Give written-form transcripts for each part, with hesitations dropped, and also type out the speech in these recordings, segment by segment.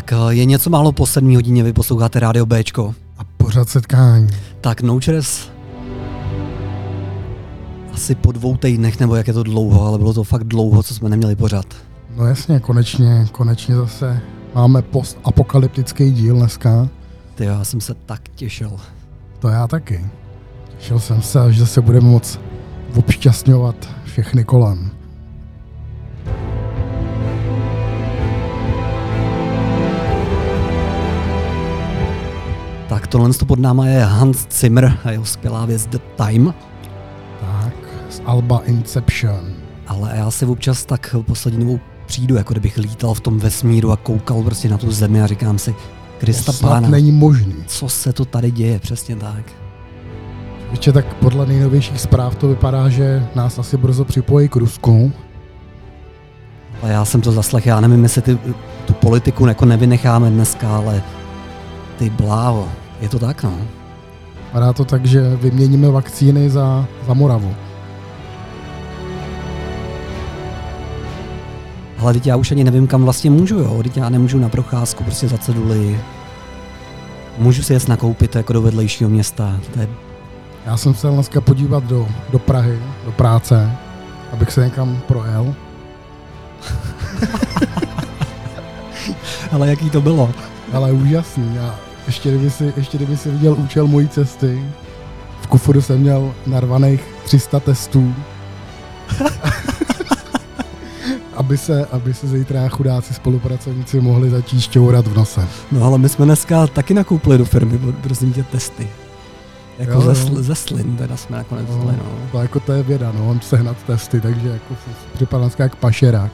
Tak je něco málo po 7 hodině, vy posloucháte Rádio Bčko. A pořad setkání. Tak No Chairs asi po 2 týdnech, nebo jak je to dlouho, ale bylo to fakt dlouho, co jsme neměli pořad. No jasně, konečně zase máme postapokalyptický díl dneska. Ty, já jsem se tak těšil. To já taky. Těšil jsem se, až zase budeme moc obšťastňovat všechny kolem. Tak tohle pod náma je Hans Zimmer a jeho skvělá věc The Time. Tak, z alba Inception. Ale já si občas tak poslední dobou přijdu, jako kdybych lítal v tom vesmíru a koukal prostě na tu zemi a říkám si, Krista pána, není možný. Co se to tady děje, přesně tak. Víte, tak podle nejnovějších zpráv to vypadá, že nás asi brzo připojí k Rusku. Ale já jsem to zaslechl, já nevím, jestli tu politiku jako nevynecháme dneska, ale ty bláho, je to tak, no. Vypadá to tak, že vyměníme vakcíny za Moravu. Ale teď já už ani nevím, kam vlastně můžu, jo. Teď já nemůžu na procházku prostě za ceduly. Můžu si jet nakoupit jako do vedlejšího města. To je... Já jsem se dneska podívat do Prahy, do práce, abych se někam projel. Ale jaký to bylo? Ale úžasný. A ještě kdyby si viděl účel mojí cesty, v kufru jsem měl narvaných 300 testů. aby se zítra chudáci spolupracovníci mohli začít šťourat v nose. No ale my jsme dneska taky nakoupili do firmy, prosím tě, testy. Jako ze slin teda jsme nakonec vzali, no. To je věda, no, on sehnat testy, takže jako připadá dneska jak pašerák.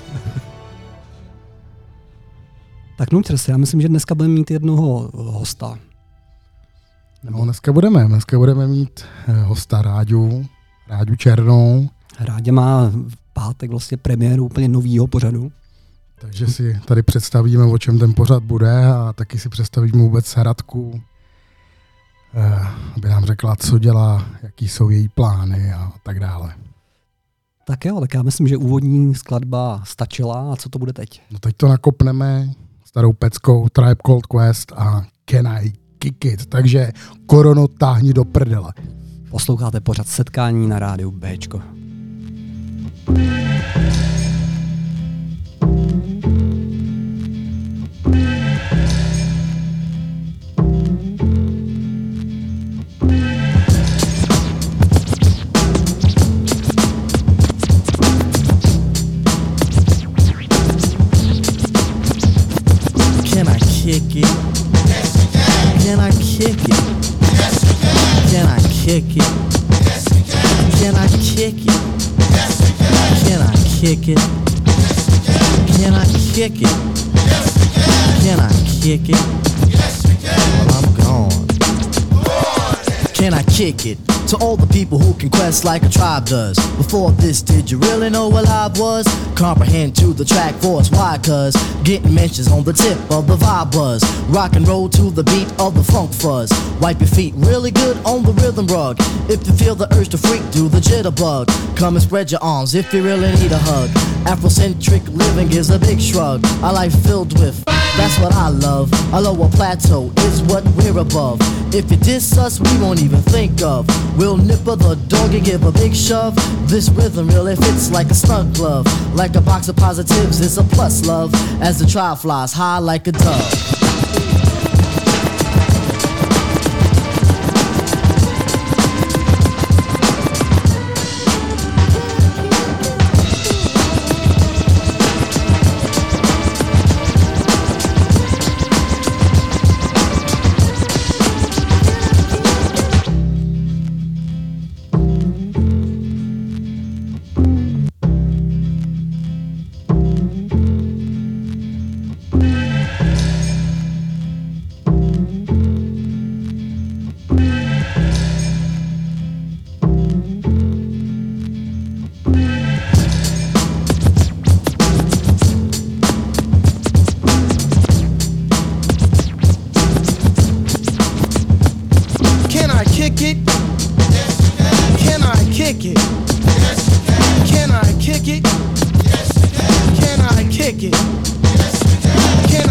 Tak No Chairs, já myslím, že dneska budeme mít jednoho hosta. No, dneska budeme mít hosta Ráďu Černou. Rádě má v pátek vlastně premiéru úplně novýho pořadu. Takže si tady představíme, o čem ten pořad bude a taky si představíme vůbec Radku, aby nám řekla, co dělá, jaký jsou její plány a tak dále. Tak jo, tak já myslím, že úvodní skladba stačila a co to bude teď? No teď to nakopneme starou peckou Tribe Called Quest a Can I Kick It, takže korono táhni do prdele. Posloucháte pořad setkání na rádiu Bčko. Kick it? Yes, you can. Can I kick it? Yes, you can. Can I kick it? Yes, you can. Can I kick it? Yes, you can. Can I kick it? Yes, you can. Can I kick it? Yes, you can. Can I kick it? Yes, you can. Well, I'm gone. Can I kick it? To all the people who can quest like a tribe does. Before this, did you really know what I was? Comprehend to the track force, why? Cause getting mentions on the tip of the vibe buzz. Rock and roll to the beat of the funk fuzz. Wipe your feet really good on the rhythm rug. If you feel the urge to freak, do the jitterbug. Come and spread your arms if you really need a hug. Afrocentric living is a big shrug. A life filled with, that's what I love. A lower plateau is what we're above. If you diss us, we won't even think of. We'll nipper the dog and give a big shove. This rhythm really fits like a snug glove. Like a box of positives, it's a plus love. As the trial flies high like a dove. kick it? Yes, you can. Can I kick it? Yes, you can. Can I kick it? Yes, you can. Can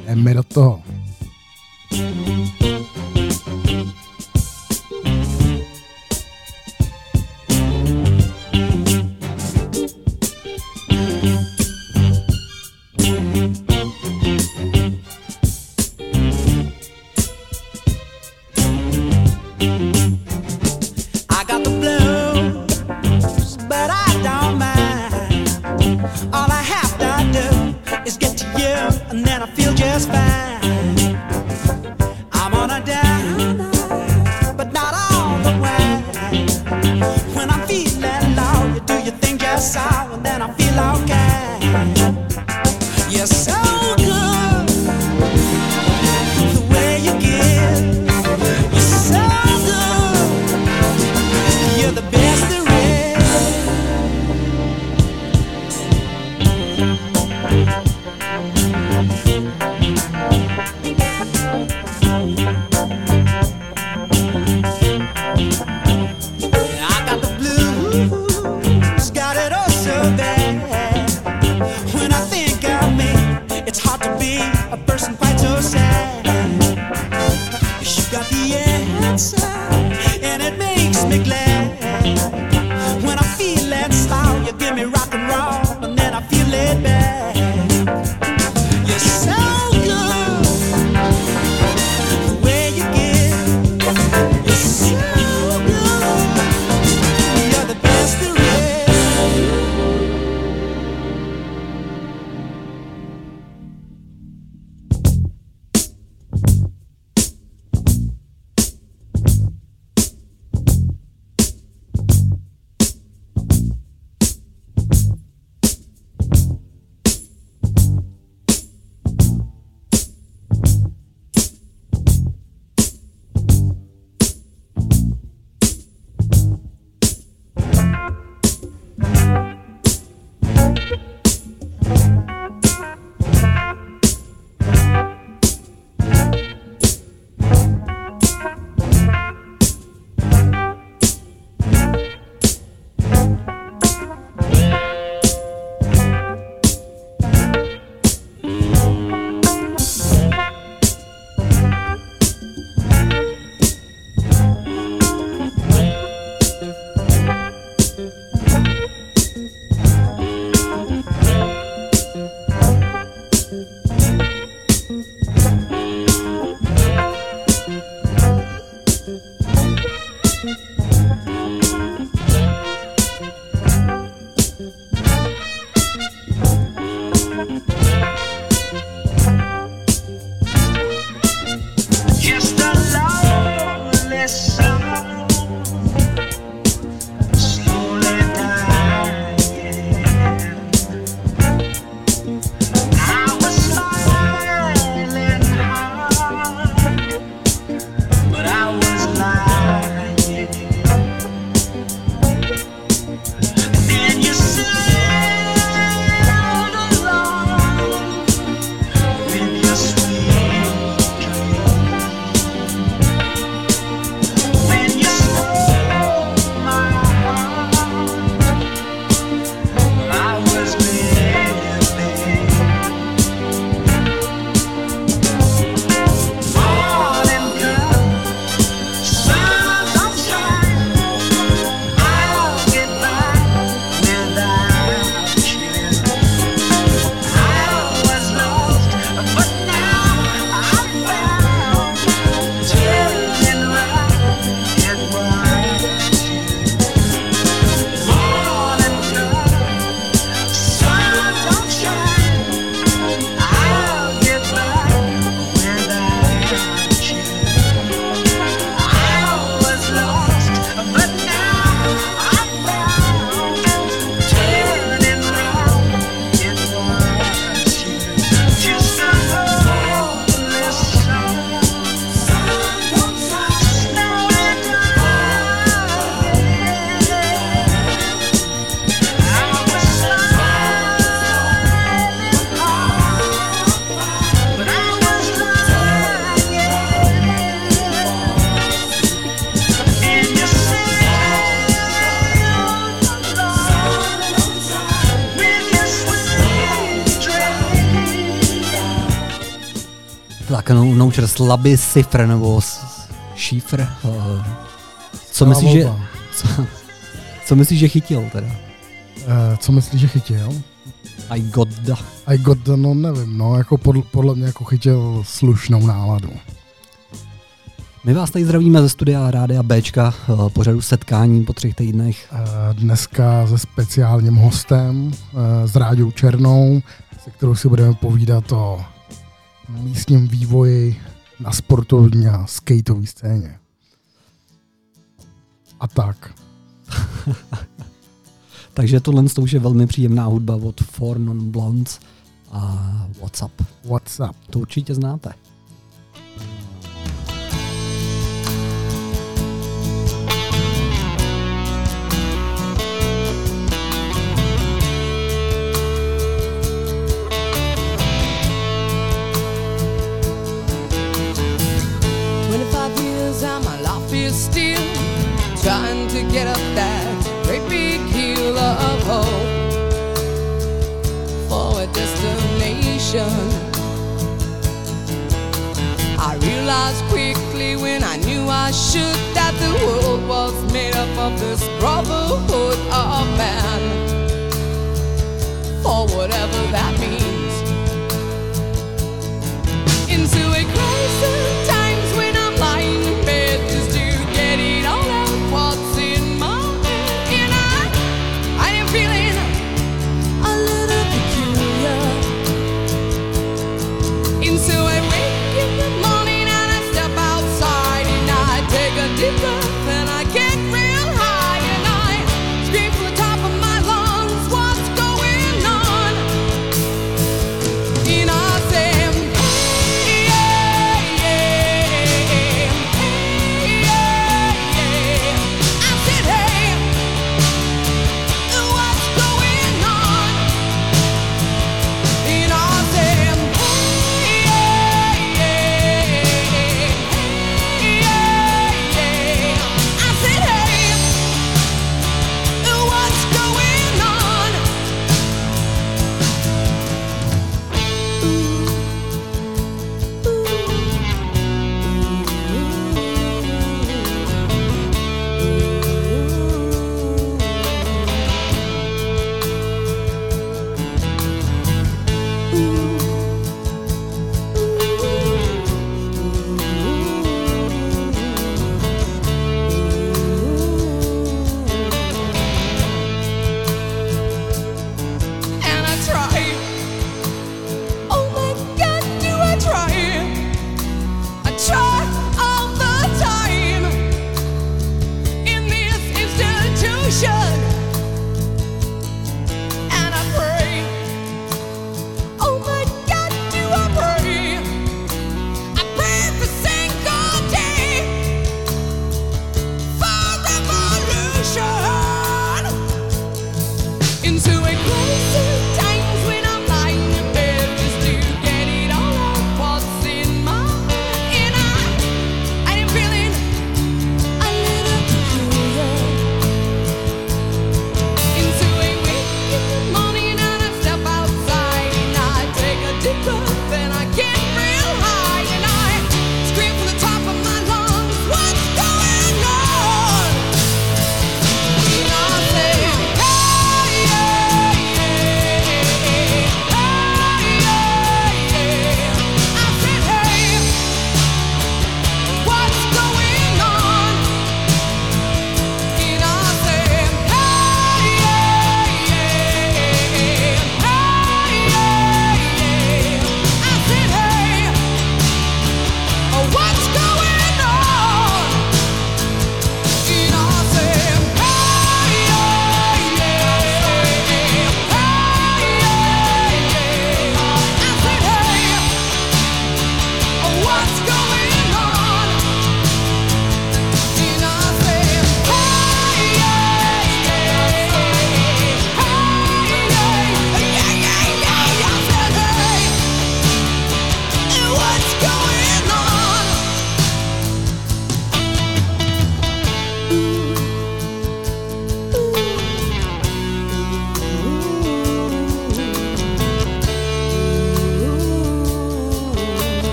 Jdeme do toho. Noucher Slaby Cifr nebo Šifr. Co myslíš, že... Co myslíš, že chytil teda? Co myslíš, že chytil? I got the, no nevím, no, jako podle mě jako chytil slušnou náladu. My vás tady zdravíme ze studia Rádia Bčka, pořadu setkání po 3 týdnech. Dneska se speciálním hostem, s Ráďou Černou, se kterou si budeme povídat o místním vývoji na sportovní a skateové scéně. A tak. Takže tohle už je velmi příjemná hudba od Four Non Blondes a What's Up. To určitě znáte. Still trying to get up that great big hill of hope for a destination. I realized quickly when I knew I should that the world was made up of this brotherhood of man, for whatever that means. Into a crisis times when I'm lying in bed just to get it all out what's in my head. And I am feeling a little peculiar. And so I wake in the morning and I step outside and I take a deep breath and I get real high and I scream from the top of my lungs, what's going on?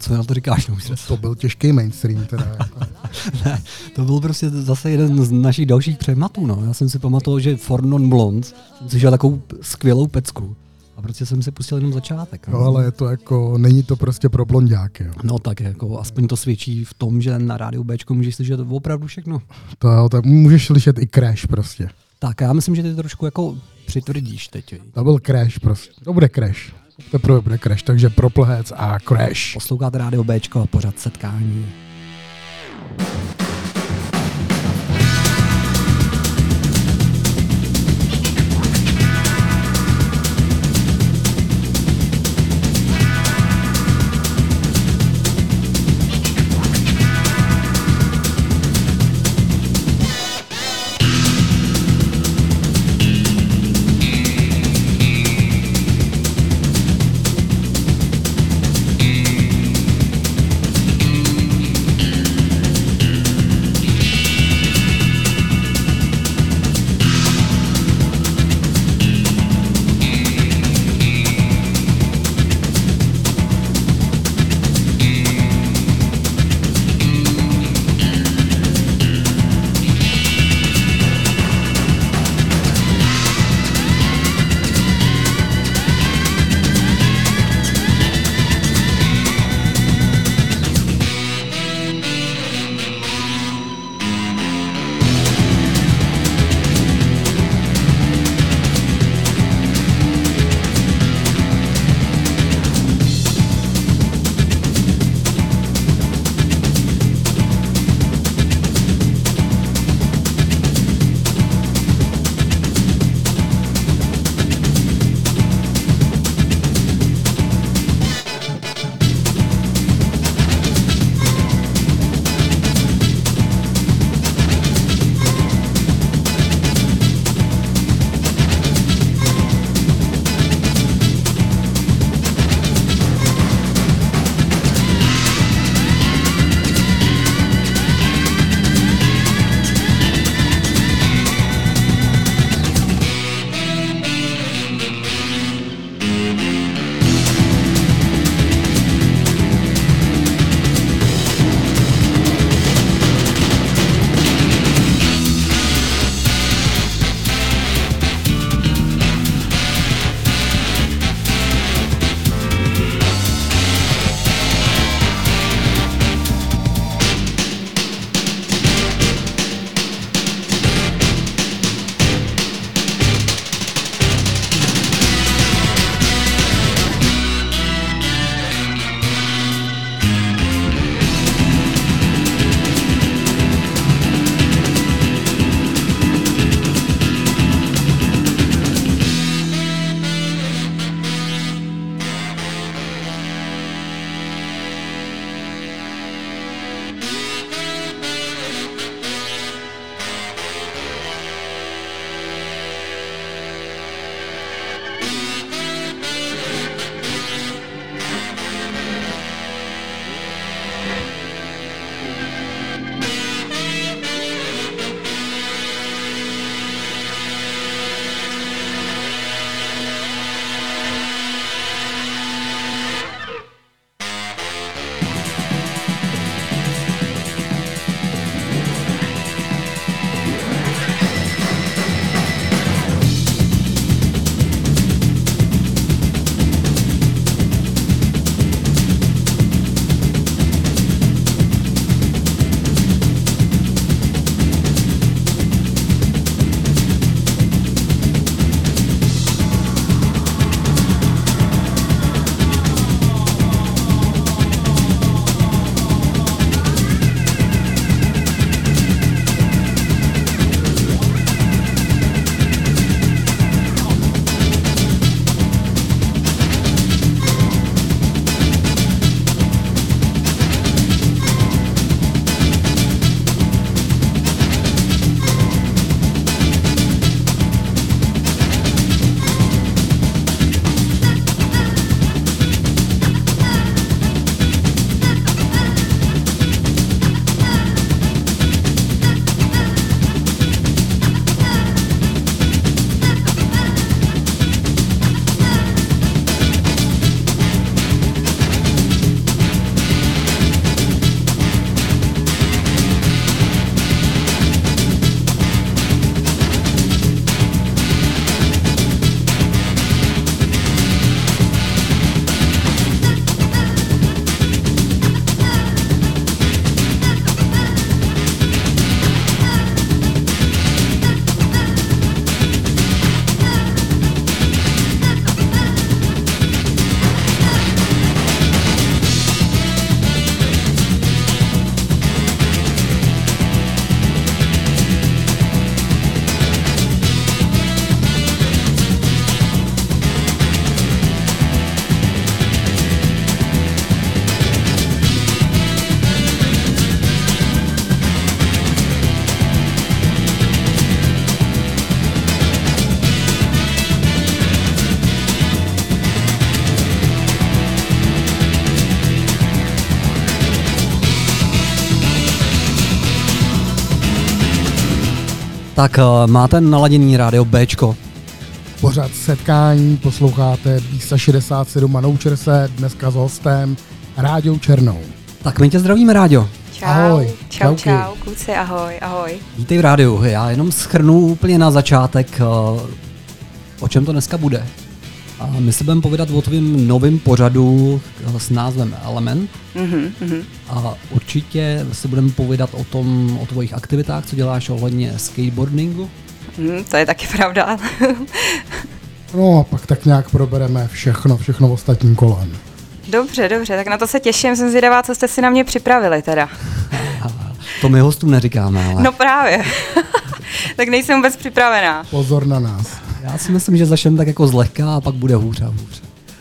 Co na to říkáš? No, To byl těžký mainstream teda. Jako. Ne, to byl prostě zase jeden z našich dalších přehmatů. No. Já jsem si pamatoval, že For Non Blondes jsem si žil takovou skvělou pecku. A prostě jsem si pustil jenom začátek. No, ale je to jako, není to prostě pro blonďáky. Jo. No tak jako, aspoň to svědčí v tom, že na rádiu Bčko můžeš slyšet opravdu všechno. To jo, tak můžeš slyšet i Crash prostě. Tak já myslím, že ty trošku jako přitvrdíš teď. To byl Crash prostě. To bude Crash. Teprve bude Crash, takže Proplhec a Crash. Posloucháte rádio Bčko a pořad setkání. Tak máte naladěný rádio Bčko. Pořád setkání, posloucháte Bísa 67 Manoučer se, dneska s hostem Ráďou Černou. Tak my tě zdravíme, Ráďo. Čau, Ahoj, čau, čauky. čau, kluci, ahoj, ahoj. Vítej v rádiu. Já jenom shrnu úplně na začátek, o čem to dneska bude. A my se budeme povídat o tvým novým pořadu s názvem Element. A určitě si budeme povídat o tvojich aktivitách, co děláš ohledně skateboardingu. To je taky pravda. No a pak tak nějak probereme všechno ostatním kolem. Dobře, tak na to se těším, jsem zvědavá, co jste si na mě připravili teda. To my hostům neříkáme, ale No právě, tak nejsem vůbec připravená. Pozor na nás. já si myslím, že začneme tak jako zlehka a pak bude hůř a hůř.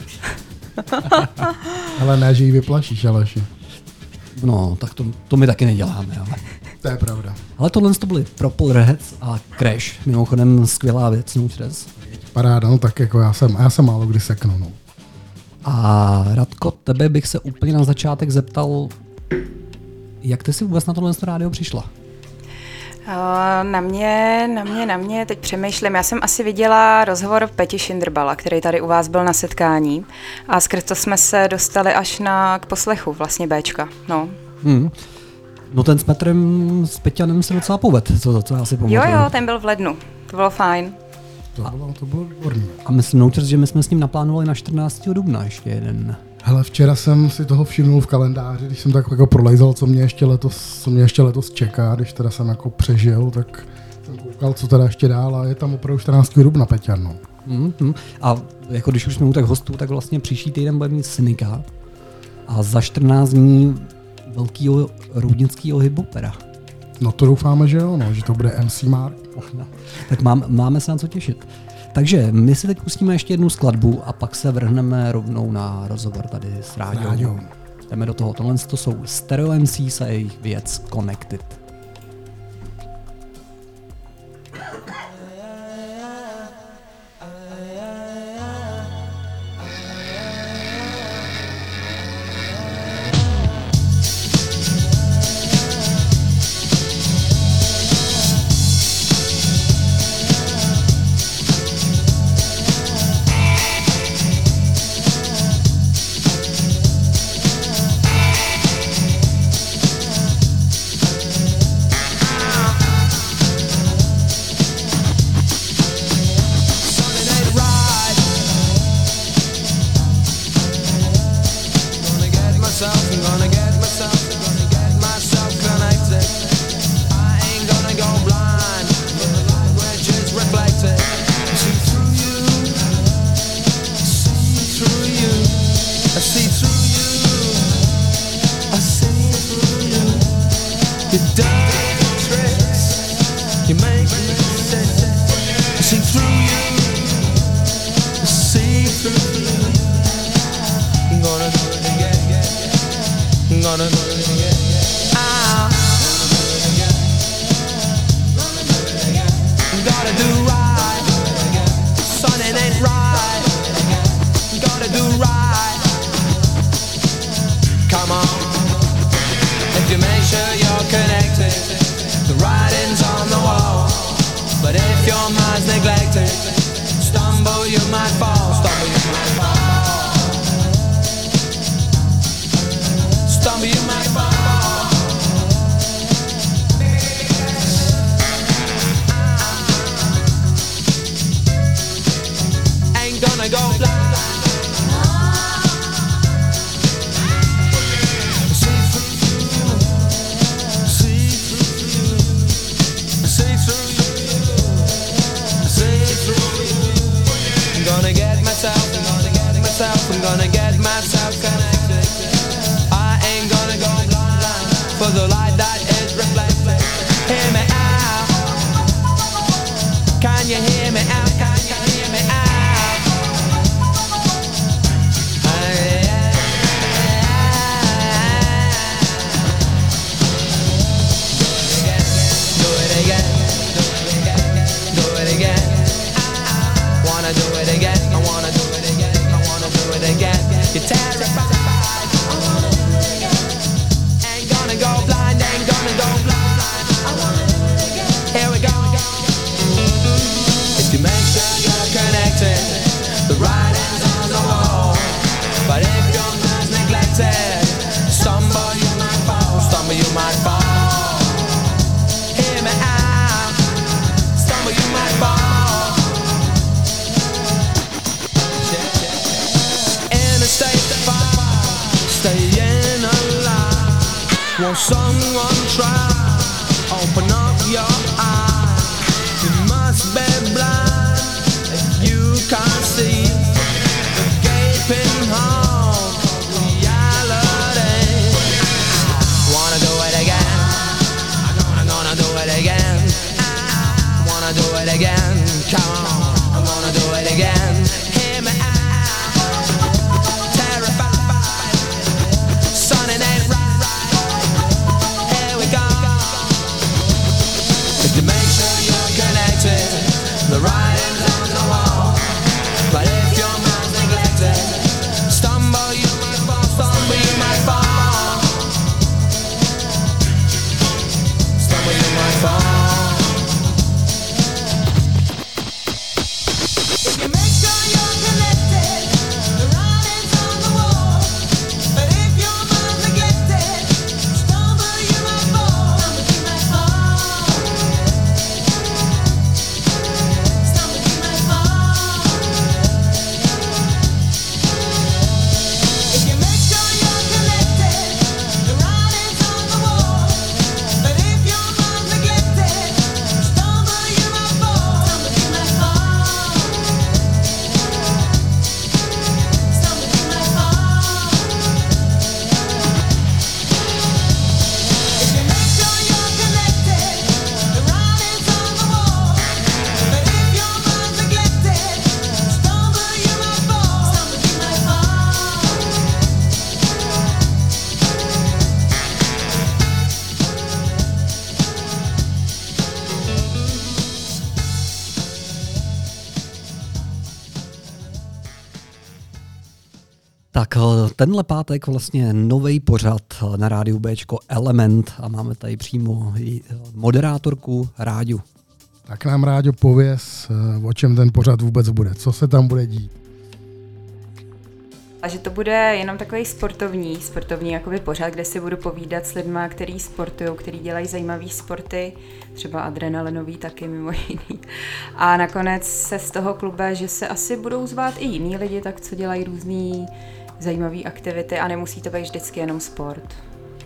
Ale ne, že ji vyplašíš, Aleši. No, tak to my taky neděláme, ale... To je pravda. Ale tohle to byly Purple Heads a Crash. Mimochodem skvělá věc, no přes. Paráda, no tak jako já jsem málo kdy seknu, no. A Radko, tebe bych se úplně na začátek zeptal, jak ty si vůbec na tohle rádio přišla? Na mě, teď přemýšlím. Já jsem asi viděla rozhovor Peti Šindrbala, který tady u vás byl na setkání a skrz to jsme se dostali až k poslechu vlastně Bčka, no. No ten s Petrem, s Peťanem se docela poved, co já si pamatuju. Jo, ten byl v lednu, to bylo fajn. To bylo výborný. A myslím, že my jsme s ním naplánovali na 14. dubna ještě jeden. Hele, včera jsem si toho všimnul v kalendáři, když jsem tak jako prolejzal, co mě ještě letos čeká, když teda jsem jako přežil, tak jsem koukal, co teda ještě dál a je tam opravdu 14. dubna, Peťan, no. A jako když už jsme u tak hostů, tak vlastně příští týden bude mít syndikát a za 14 dní velkýho roudnického hiphopera. No to doufáme, že jo, no, že to bude MC Mark. Tak máme se na co těšit. Takže my si teď pustíme ještě jednu skladbu a pak se vrhneme rovnou na rozhovor tady s Ráďou. Jdeme do toho. Tohle to jsou Stereo MCs a jejich věc Connected. You're terrified. Ain't gonna go blind, ain't gonna go Oh, someone try, open up your eyes. You must be blind if you can't see the gaping hole of reality. Wanna do it again? I'm gonna do it again. Wanna do it again? Come on, I'm gonna do it again. Hear me out. Terrified, something ain't right. Here we go. If you make sure you're connected, the writing's on the wall. But if your mind's neglected, stumble you might fall, stumble you might fall. Stumble you might fall. If you make sure you're connected, the writing's on the wall. But if your mind's neglected, stumble you might fall. Stumble you might fall. Stumble you might fall. If you make sure you're connected, the writing's on the wall. But if your mind's neglected, stumble you might fall. Stumble you might fall. Stumble you might fall. If you make sure you're connected, the writing's on the wall. But if your mind's neglected, stumble you might fall. Stumble you might fall. Tak tenhle pátek vlastně nový pořad na rádiu Bčko Element a máme tady přímo i moderátorku Ráďu. Tak nám, Ráďo, pověz, o čem ten pořad vůbec bude, co se tam bude dít. A že to bude jenom takový sportovní jakoby pořad, kde si budu povídat s lidma, který sportují, který dělají zajímavý sporty, třeba adrenalinový taky mimo jiný. A nakonec se z toho klube, že se asi budou zvát i jiní lidi, tak co dělají různý zajímavé aktivity a nemusí to být vždycky jenom sport.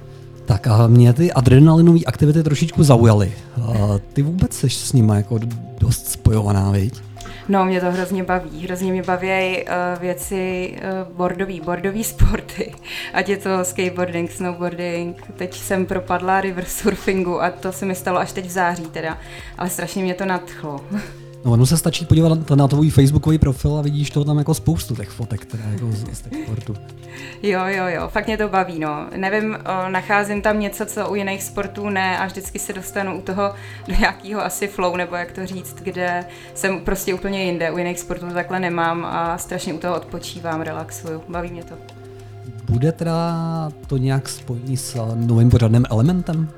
Tak a mě ty adrenalinové aktivity trošičku zaujaly. Ty vůbec jsi s nima jako dost spojovaná, viď? No, mě to hrozně baví. Hrozně mě baví věci boardový sporty. Ať je to skateboarding, snowboarding. Teď jsem propadla river surfingu a to se mi stalo až teď v září teda. Ale strašně mě to nadchlo. No, ono se stačí podívat na tvůj facebookový profil a vidíš toho tam jako spoustu těch fotek, teda jako z těch sportů. Jo, fakt mě to baví, no. Nevím, nacházím tam něco, co u jiných sportů ne a vždycky se dostanu u toho do nějakého asi flow, nebo jak to říct, kde jsem prostě úplně jinde. U jiných sportů to takhle nemám a strašně u toho odpočívám, relaxuju. Baví mě to. Bude teda to nějak spojený s novým pořadným Elementem?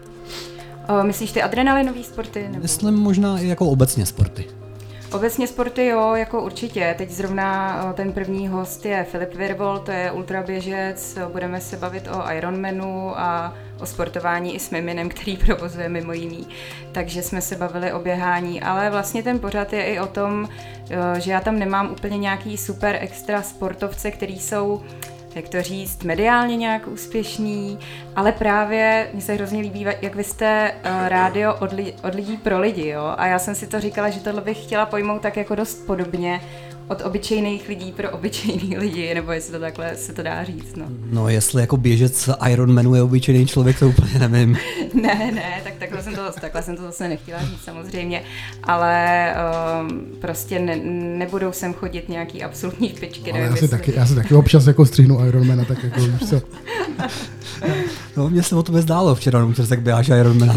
Myslíš ty adrenalinové sporty? Nebo? Myslím možná i jako obecně sporty. Obecně sporty jo, jako určitě. Teď zrovna ten první host je Filip Virbol, to je ultraběžec, budeme se bavit o Ironmanu a o sportování i s Miminem, který provozuje mimo jiný. Takže jsme se bavili o běhání, ale vlastně ten pořad je i o tom, že já tam nemám úplně nějaký super extra sportovce, který jsou, jak to říct, mediálně nějak úspěšný, ale právě mně se hrozně líbí, jak vy jste rádio od lidí pro lidi, jo? A já jsem si to říkala, že tohle bych chtěla pojmout tak jako dost podobně od obyčejných lidí pro obyčejný lidi, nebo jestli to takhle se to dá říct, no. No, jestli jako běžec Ironmanu je obyčejný člověk, to úplně nevím. Ne, tak takhle jsem to zase nechtěla říct samozřejmě, ale prostě nebudou sem chodit nějaký absolutní špičky. Ale já si taky občas jako střihnu Ironmana, tak jako víš co. No, mně se o tobě zdálo včera, no, tak běháš Ironmana.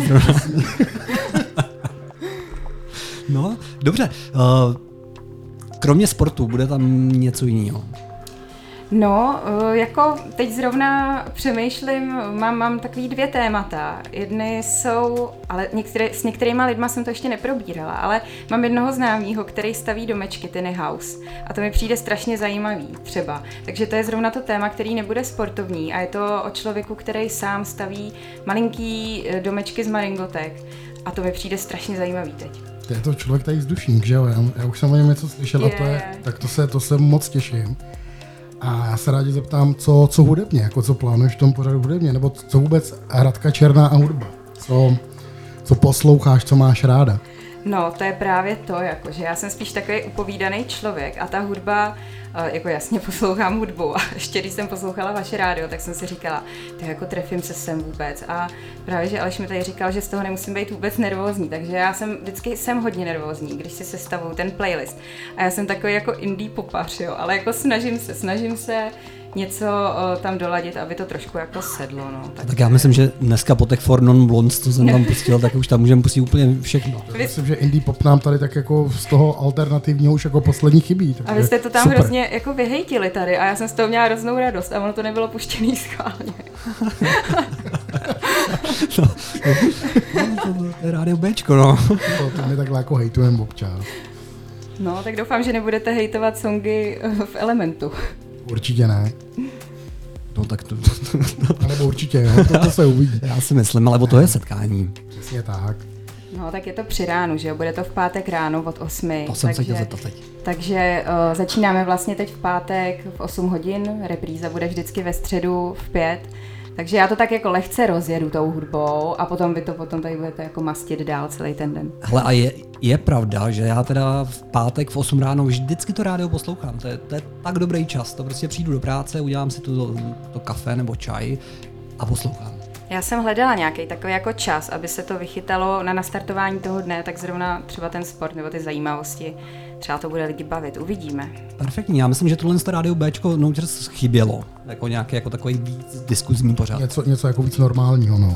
No, dobře. Kromě sportu, bude tam něco jiného? No, jako teď zrovna přemýšlím, mám takový 2 témata. Jedny jsou, ale s některýma lidma jsem to ještě neprobírala, ale mám jednoho známého, který staví domečky, tiny house. A to mi přijde strašně zajímavý třeba. Takže to je zrovna to téma, který nebude sportovní a je to o člověku, který sám staví malinký domečky z maringotek. A to mi přijde strašně zajímavý teď. To je to člověk tady vzdušník, že jo? Já už jsem o něm něco slyšel a to se moc těším. A já se rádi zeptám, co hudebně, jako co plánuješ v tom pořadu hudebně, nebo co vůbec Hradka Černá a hudba? Co posloucháš, co máš ráda? No, to je právě to, jakože já jsem spíš takový upovídaný člověk a ta hudba, jako jasně poslouchám hudbu a ještě když jsem poslouchala vaše rádio, tak jsem si říkala, ty jako trefím se sem vůbec a právě, že Aleš mi tady říkal, že z toho nemusím být vůbec nervózní, takže já vždycky jsem hodně nervózní, když si sestavuju ten playlist a já jsem takový jako indie popař, jo, ale jako snažím se něco tam doladit, aby to trošku jako sedlo, no. Tak já myslím, že dneska po těch For Non Blondes, co jsem tam pustil, tak už tam můžeme pustit úplně všechno. Myslím, že indie pop nám tady tak jako z toho alternativního už jako poslední chybí. A vy jste to tam hrozně jako vyhejtili tady a já jsem z toho měla hroznou radost a ono to nebylo puštěný schválně. To je rádio Bčko, no. To my takhle jako hejtujeme občas. No, tak doufám, že nebudete hejtovat songy v Elementu. Určitě ne. No tak to... A nebo určitě, jo, to se uvidí. Já si myslím, ale o to je setkání. Přesně tak. No, tak je to při ránu, že jo? Bude to v pátek ráno od 8. To jsem se chtěl zeptat teď. Takže začínáme vlastně teď v pátek v 8 hodin, repríza bude vždycky ve středu v 5. Takže já to tak jako lehce rozjedu tou hudbou a potom vy to potom tady budete jako mastit dál celý ten den. Hele, a je pravda, že já teda v pátek v 8 ráno vždycky to rádio poslouchám. To je tak dobrý čas. To prostě přijdu do práce, udělám si to kafe nebo čaj a poslouchám. Já jsem hledala nějaký takový jako čas, aby se to vychytalo na nastartování toho dne, tak zrovna třeba ten sport nebo ty zajímavosti, třeba to bude lidi bavit, uvidíme. Perfektní, já myslím, že tohle rádio Bčko Nouters chybělo, jako nějaký jako takový víc diskuzní pořad. Něco jako víc normálního, no.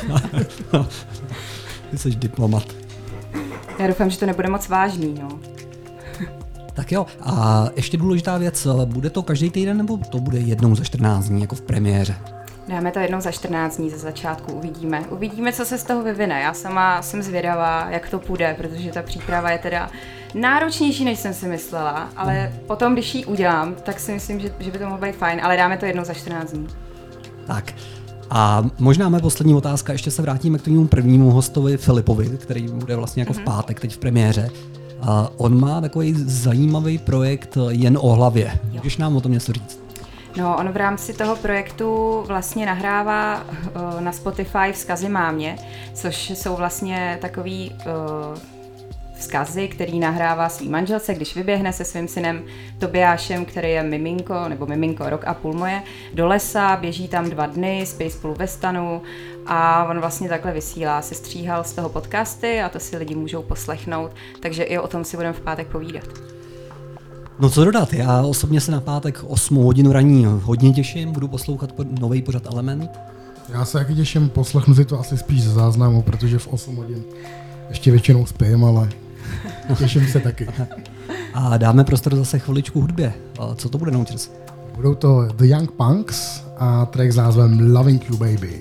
Ty jsi diplomat. Já doufám, že to nebude moc vážný, no. Tak jo, a ještě důležitá věc, bude to každý týden nebo to bude jednou za 14 dní, jako v premiéře? Dáme to jednou za 14 dní ze začátku, uvidíme. Uvidíme, co se z toho vyvine. Já sama jsem zvědavá, jak to půjde, protože ta příprava je teda náročnější, než jsem si myslela, ale potom, když ji udělám, tak si myslím, že by to mohlo být fajn, ale dáme to jednou za 14 dní. Tak. A možná moje poslední otázka, ještě se vrátíme k tomu prvnímu hostovi Filipovi, který bude vlastně jako v pátek, teď v premiéře. On má takový zajímavý projekt Jen o hlavě. Můžeš nám o tom něco říct? No, on v rámci toho projektu vlastně nahrává na Spotify vzkazy mámě, což jsou vlastně takový vzkazy, který nahrává svý manželce, když vyběhne se svým synem Tobiášem, který je miminko, nebo miminko, rok a půl moje, do lesa, běží tam 2 dny, spí spolu ve stanu a on vlastně takhle vysílá, se stříhal z toho podcasty a to si lidi můžou poslechnout, takže i o tom si budeme v pátek povídat. No co dodat, já osobně se na pátek 8 hodinu raní hodně těším, budu poslouchat nový pořad Element. Já se taky těším, poslechnu si to asi spíš ze záznamu, protože v 8 hodin ještě většinou spím, ale těším se taky. A dáme prostor zase chviličku hudbě. Co to bude, Nouters? Budou to The Young Punks a track s názvem Loving You Baby.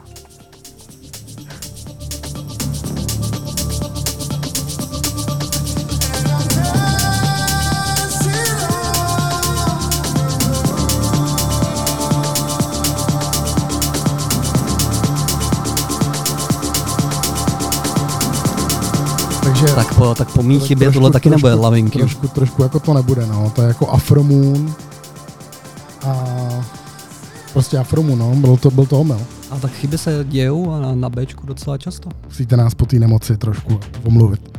Tak po mý chybě tohle taky nebude Loving You. Trošku jako to nebude, no. To je jako Afro Moon a prostě Afro Moon, no. Byl to omyl. A tak chyby se dějou a na Bčku docela často. Musíte nás po té nemoci trošku omluvit.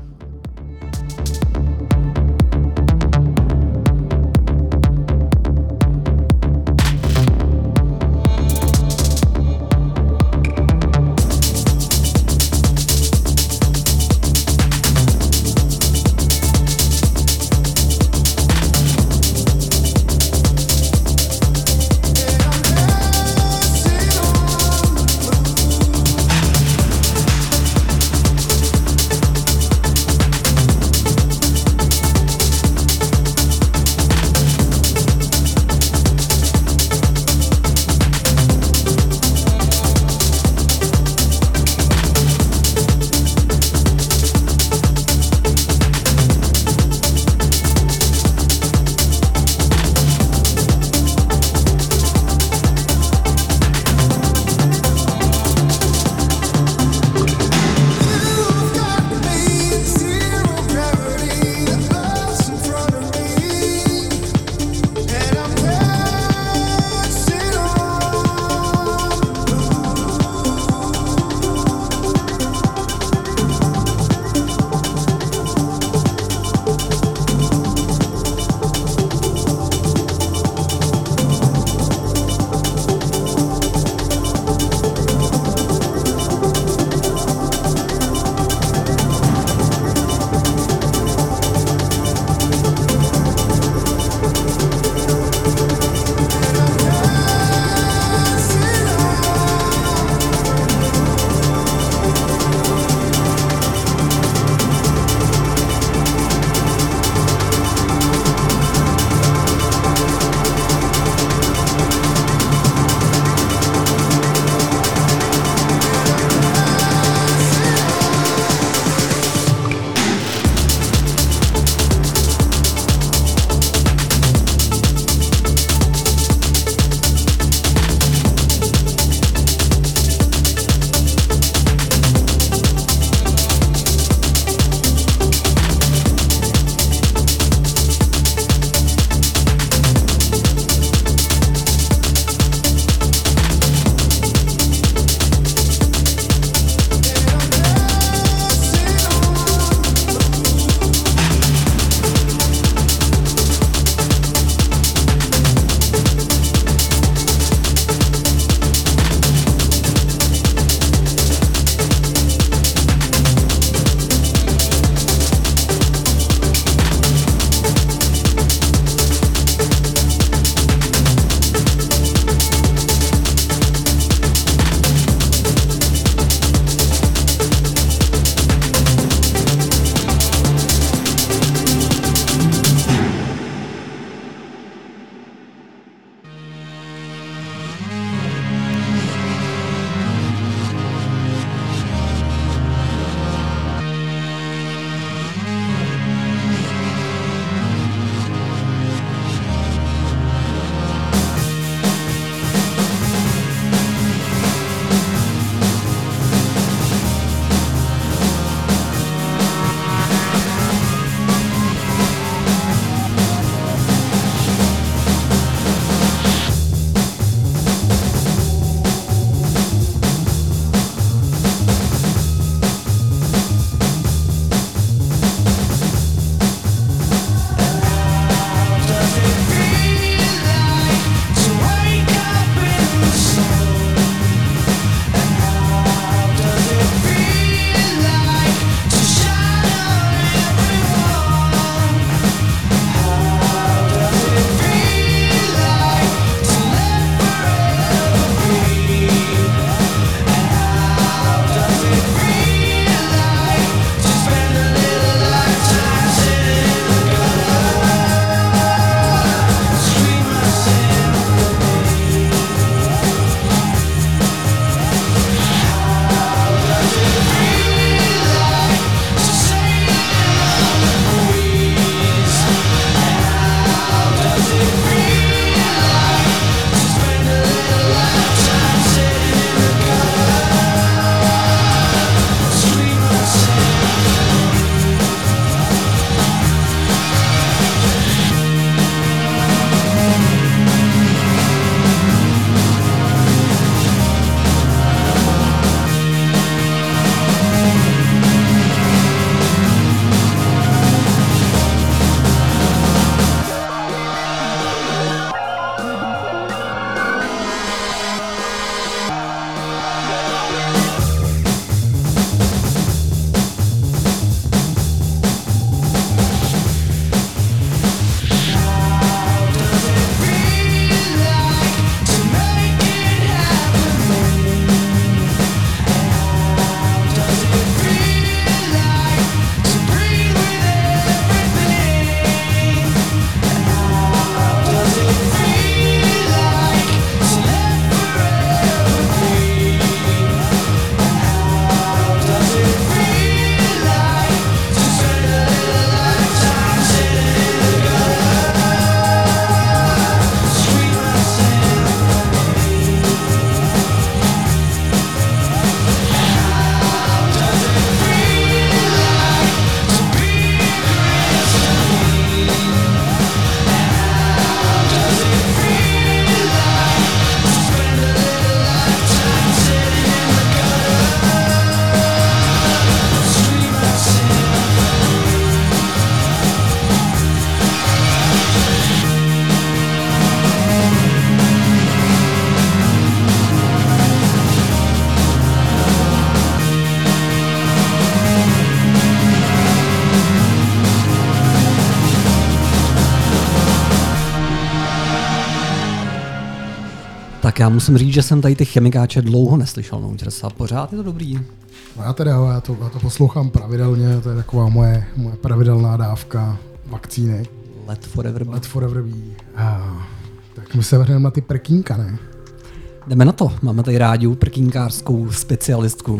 Tak já musím říct, že jsem tady ty chemikáče dlouho neslyšel, no, a pořád je to dobrý. No já to poslouchám pravidelně, to je taková moje pravidelná dávka vakcíny. Let Forever Bee. Tak my se vrhneme na ty prkínka, ne? Jdeme na to, máme tady rádiu prkínkářskou specialistku.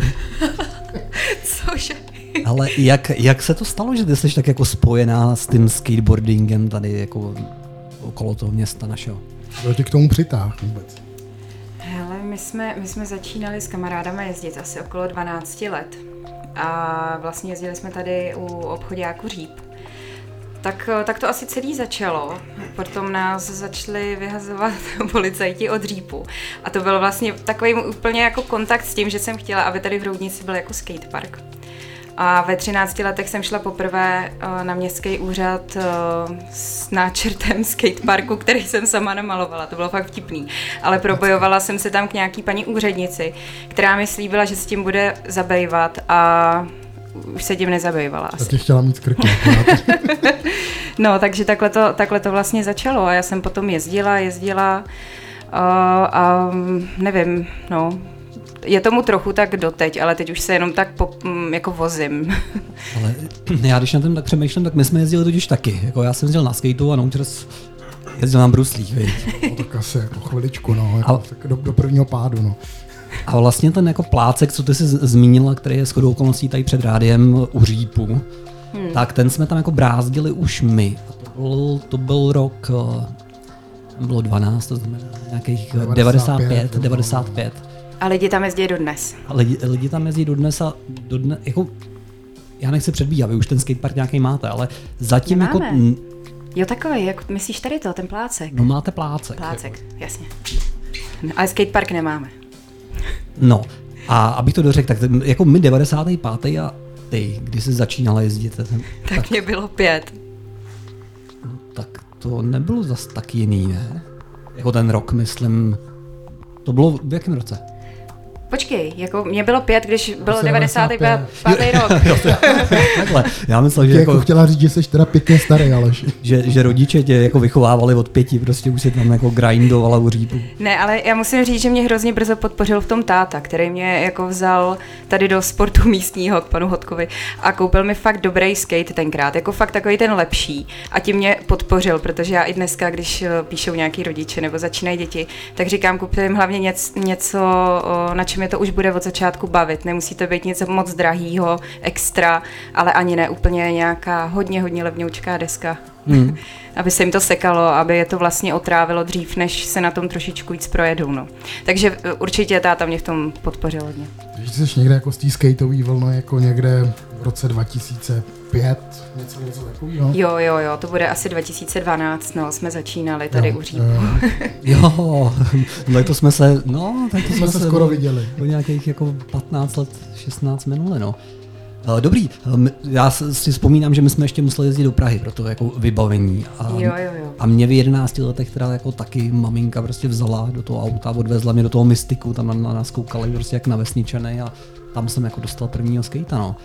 Cože? Ale jak se to stalo, že ty jsi tak jako spojená s tím skateboardingem tady jako okolo toho města našeho? Kdo tě k tomu přitáhl vůbec? Hele, my jsme začínali s kamarádama jezdit asi okolo 12 let. A vlastně jezdili jsme tady u obchoďáku Říp. Tak to asi celý začalo. Potom nás začali vyhazovat policajti od Řípu. A to byl vlastně takový úplně jako kontakt s tím, že jsem chtěla, aby tady v Roudnici byl jako skatepark. A ve 13 letech jsem šla poprvé na městský úřad s náčrtem skateparku, který jsem sama namalovala. To bylo fakt vtipný. Ale probojovala jsem se tam k nějaký paní úřednici, která mi slíbila, že se tím bude zabývat a už se tím nezabývala. Tak tě chtěla mít krky. No, takže takhle to vlastně začalo a já jsem potom jezdila a nevím, no. Je tomu trochu tak doteď, ale teď už se jenom tak jako vozím. Ale já když na tom tak přemýšlím, tak my jsme jezdili totiž taky. Jako já jsem jezdil na skateu a Noučers jezdil na bruslích, viď? No tak asi jako chviličku, no, jako tak do prvního pádu, no. A vlastně ten jako plácek, co ty jsi zmínila, který je shodou okolností tady před rádiem u Řípu, tak ten jsme tam jako brázdili už my. A to byl rok, bylo 12, to znamená nějakých 95. A lidi tam jezdí dodnes. A lidi tam jezdí dodnes a jako, já nechci předbíhat, vy už ten skatepark nějaký máte, ale zatím nemáme. jako... Jo, takový, jak myslíš tady to, ten plácek? No máte plácek. Plácek, jasně. No, ale skatepark nemáme. No, a abych to dořekl, tak jako my 95. a ty, kdy jsi začínala jezdit? Tak mě bylo 5. No, tak to nebylo zas tak jiný, ne? Jako ten rok, myslím, to bylo v jakém roce? Počkej, jako mě bylo 5, když bylo 95. rok. Takhle, já myslel, že jako chtěla říct, že jsi teda pěkně starý, Aleš. že rodiče tě jako vychovávali od 5, prostě už si tam jako grindovala u Řípu. Ne, ale já musím říct, že mě hrozně brzo podpořil v tom táta, který mě jako vzal tady do sportu místního k panu Hodkovi a koupil mi fakt dobrý skate tenkrát, jako fakt takový ten lepší a tím mě podpořil, protože já i dneska, když píšou nějaký rodiče nebo začínají děti, tak říkám, kupte jim hlavně něco, na čem je to už bude od začátku bavit. Nemusí to být něco moc drahýho, extra, ale ani ne úplně nějaká hodně levňoučká deska. Aby se jim to sekalo, aby je to vlastně otrávilo dřív, než se na tom trošičku víc projedou. No. Takže určitě táta mě v tom podpořil hodně. Když jsi někde jako z té skateové vlny, jako někde v roce 2005, něco takového? Jo, to bude asi 2012, no, jsme začínali tady u Řípu. Jo, tak to jsme se skoro viděli. Do nějakých jako 15 let, 16 minuli, no. Dobrý, já si vzpomínám, že my jsme ještě museli jezdit do Prahy pro to jako vybavení. Jo. A mě v 11 letech teda jako taky maminka prostě vzala do toho auta, odvezla mě do toho Mystiku, tam na nás koukali prostě jak na vesničany a tam jsem jako dostal prvního skejta, no.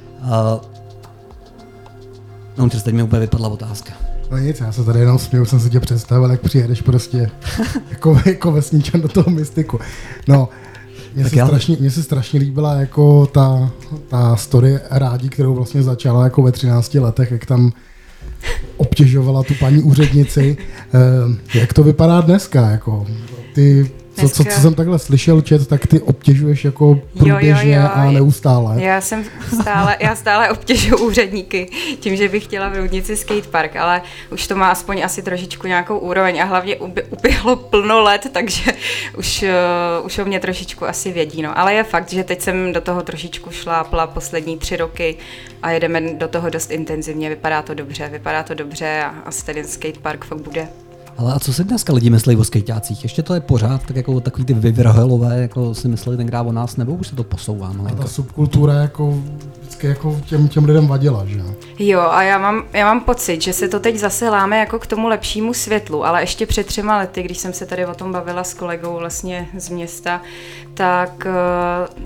No, teď mi úplně vypadla otázka. No nic, já se tady jenom směju, jsem si tě představil, jak přijedeš prostě jako vesničan do toho Mystiku. No, mně se strašně líbila jako ta story Rádi, kterou vlastně začala jako ve 13 letech, jak tam obtěžovala tu paní úřednici. Jak to vypadá dneska? Jako, co jsem takhle slyšel, tak ty obtěžuješ jako průběžně a neustále. Já stále obtěžuji úředníky tím, že bych chtěla v Roudnici skatepark, ale už to má aspoň asi trošičku nějakou úroveň a hlavně uběhlo plno let, takže už o mě trošičku asi vědí. No. Ale je fakt, že teď jsem do toho trošičku šlápla poslední 3 roky a jedeme do toho dost intenzivně. Vypadá to dobře a asi ten skatepark fakt bude. Ale a co si dneska lidi myslí o skejťácích? Ještě to je pořád tak jako takový ty vyvrhelové, jako si mysleli tenkrát o nás, nebo už se to posouvá? A ta subkultura jako vždycky jako těm lidem vadila, že jo? Jo, a já mám pocit, že se to teď zase láme jako k tomu lepšímu světlu, ale ještě před 3 lety, když jsem se tady o tom bavila s kolegou vlastně z města, tak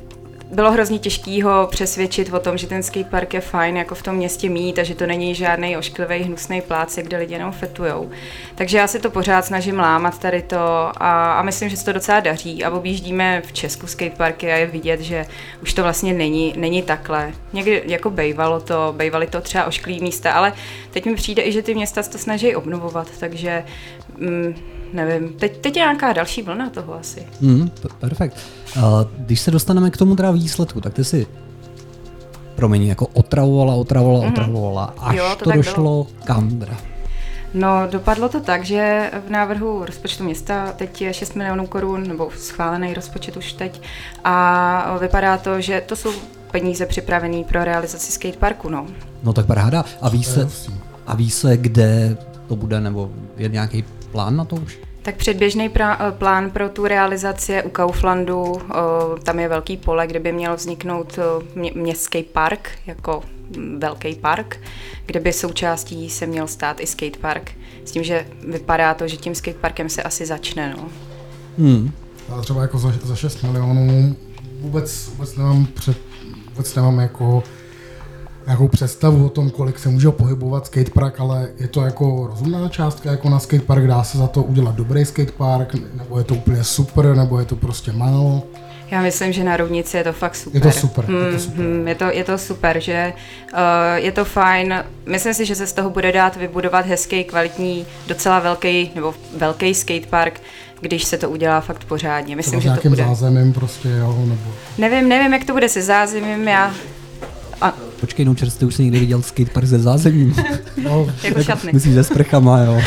bylo hrozně těžký ho přesvědčit o tom, že ten skatepark je fajn jako v tom městě mít a že to není žádný ošklivý hnusný plác, kde lidi jenom fetujou. Takže já si to pořád snažím lámat tady to a myslím, že se to docela daří a objíždíme v Česku skateparky a je vidět, že už to vlastně není takhle. Někdy jako bejvaly to třeba ošklivý místa, ale teď mi přijde i, že ty města se to snaží obnovovat, takže nevím, teď je nějaká další vlna toho asi. Perfekt. Když se dostaneme k tomu teda výsledku, tak ty si jako otravovala, až Jo, to došlo kam teda? No, dopadlo to tak, že v návrhu rozpočtu města teď je 6 milionů korun, nebo schválený rozpočet už teď, a vypadá to, že to jsou peníze připravené pro realizaci skateparku, no. No tak paráda. A ví se, kde to bude, nebo je nějaký plán na to už? Tak předběžný plán pro tu realizaci je u Kauflandu, tam je velký pole, kde by měl vzniknout městský park, jako velký park, kde by součástí se měl stát i skatepark. S tím, že vypadá to, že tím skateparkem se asi začne, no. Ale třeba jako za 6 milionů vůbec nemám jako nějakou představu o tom, kolik se může pohybovat skatepark, ale je to jako rozumná částka jako na skatepark, dá se za to udělat dobrý skatepark, nebo je to úplně super, nebo je to prostě málo? Já myslím, že na Roudnici je to fakt super. Je to super. Je to super, že je to fajn. Myslím si, že se z toho bude dát vybudovat hezký, kvalitní, docela velký skatepark, když se to udělá fakt pořádně. Myslím, že to bude. Zázemím prostě, jo, nebo... Nevím, jak to bude se zázemím, Počkej, no čerstvě, už jsi někdy viděl skatepark se zázemím. No, jako šatny. Myslíš se sprchama, jo.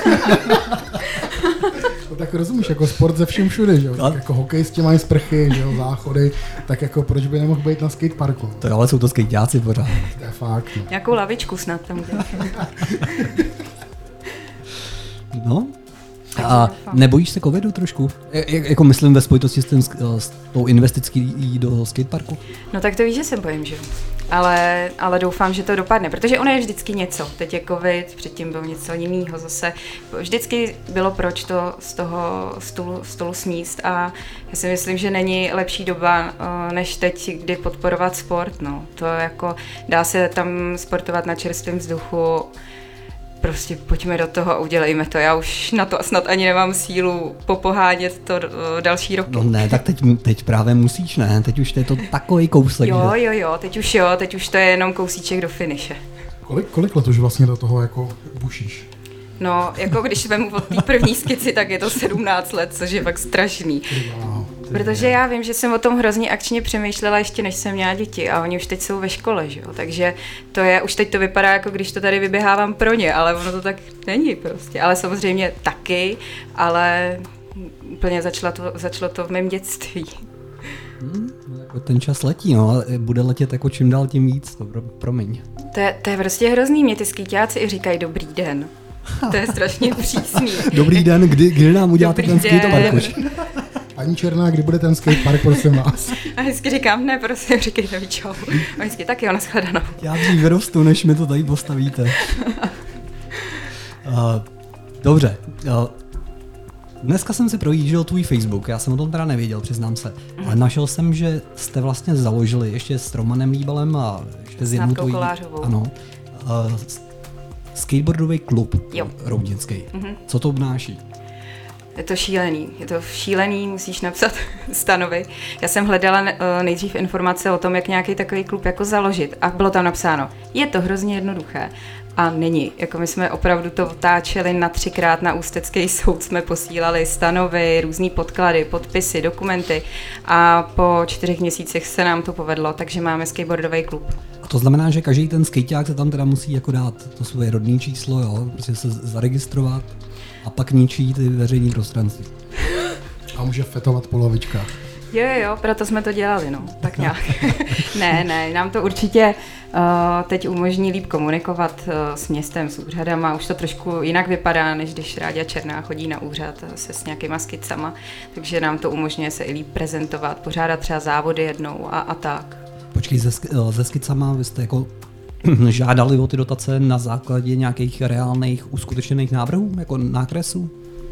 No, tak rozumíš, jako sport ze všem všude, že jo? Tak jako hokejisti mají sprchy, že jo, záchody, tak jako proč by nemohl být na skateparku? To ale jsou to skateáci pořád. To je fakt, no. Nějakou lavičku snad tam udělat. No. A nebojíš se covidu trošku? Jako myslím ve spojitosti s tou investicí do skateparku? No tak to víš, že se bojím, že jo. Ale doufám, že to dopadne, protože ono je vždycky něco. Teď je covid, předtím bylo něco jiného zase. Vždycky bylo proč to z toho stolu smíst a já si myslím, že není lepší doba než teď, kdy podporovat sport. No. To jako dá se tam sportovat na čerstvém vzduchu. Prostě pojďme do toho a udělejme to. Já už na to snad ani nemám sílu popohánět to další roky. No ne, tak teď právě musíš, ne? Teď už to je to takový kousek. Jo, teď už to je jenom kousíček do finiše. Kolik let už vlastně do toho jako bušíš? No, jako když vemu od té první skici, tak je to 17 let, což je fakt strašný. Protože já vím, že jsem o tom hrozně akčně přemýšlela ještě než jsem měla děti a oni už teď jsou ve škole, že jo, takže to je, už teď to vypadá jako když to tady vyběhávám pro ně, ale ono to tak není prostě, ale samozřejmě taky, ale úplně začalo to v mém dětství. Ten čas letí, no, ale bude letět jako čím dál tím víc, to promiň. To je prostě hrozný, mě ty skýťáci i říkají dobrý den. To je strašně přísný. Dobrý den, kdy nám uděláte ten skatepark už? Paní Černá, kdy bude ten skatepark, prosím vás? A vždycky říkám, ne, prosím, říkejte mi čau. A vždycky taky, ona shledanou. Já dřív vyrostu, než mi to tady postavíte. Dobře. Dneska jsem si projížděl tvůj Facebook, já jsem o tom teda nevěděl, přiznám se. Ale našel jsem, že jste vlastně založili ještě s Romanem Líbalem a ještě s jednou tvojí... Ano. Skateboardový klub roudnický. Co to obnáší? Je to šílený, musíš napsat stanovy. Já jsem hledala nejdřív informace o tom, jak nějaký takový klub jako založit a bylo tam napsáno, je to hrozně jednoduché. A není. Jako my jsme opravdu to otáčeli na 3krát na Ústecký soud, jsme posílali stanovy, různý podklady, podpisy, dokumenty a po 4 měsících se nám to povedlo, takže máme skateboardový klub. A to znamená, že každý ten skejťák se tam teda musí jako dát to svoje rodné číslo, jo, prostě se zaregistrovat a pak ničí ty veřejné prostranství. A může fetovat po lavičkách. Jo, proto jsme to dělali, no, tak nějak. Ne, nám to určitě teď umožní líp komunikovat s městem, s úřadama. Už to trošku jinak vypadá, než když Ráďa Černá chodí na úřad se s nějakýma skicama, takže nám to umožňuje se i líp prezentovat, pořádat třeba závody jednou a tak. Počkej, se skicama vy jste jako žádali o ty dotace na základě nějakých reálných uskutečněných návrhů, jako nákresů?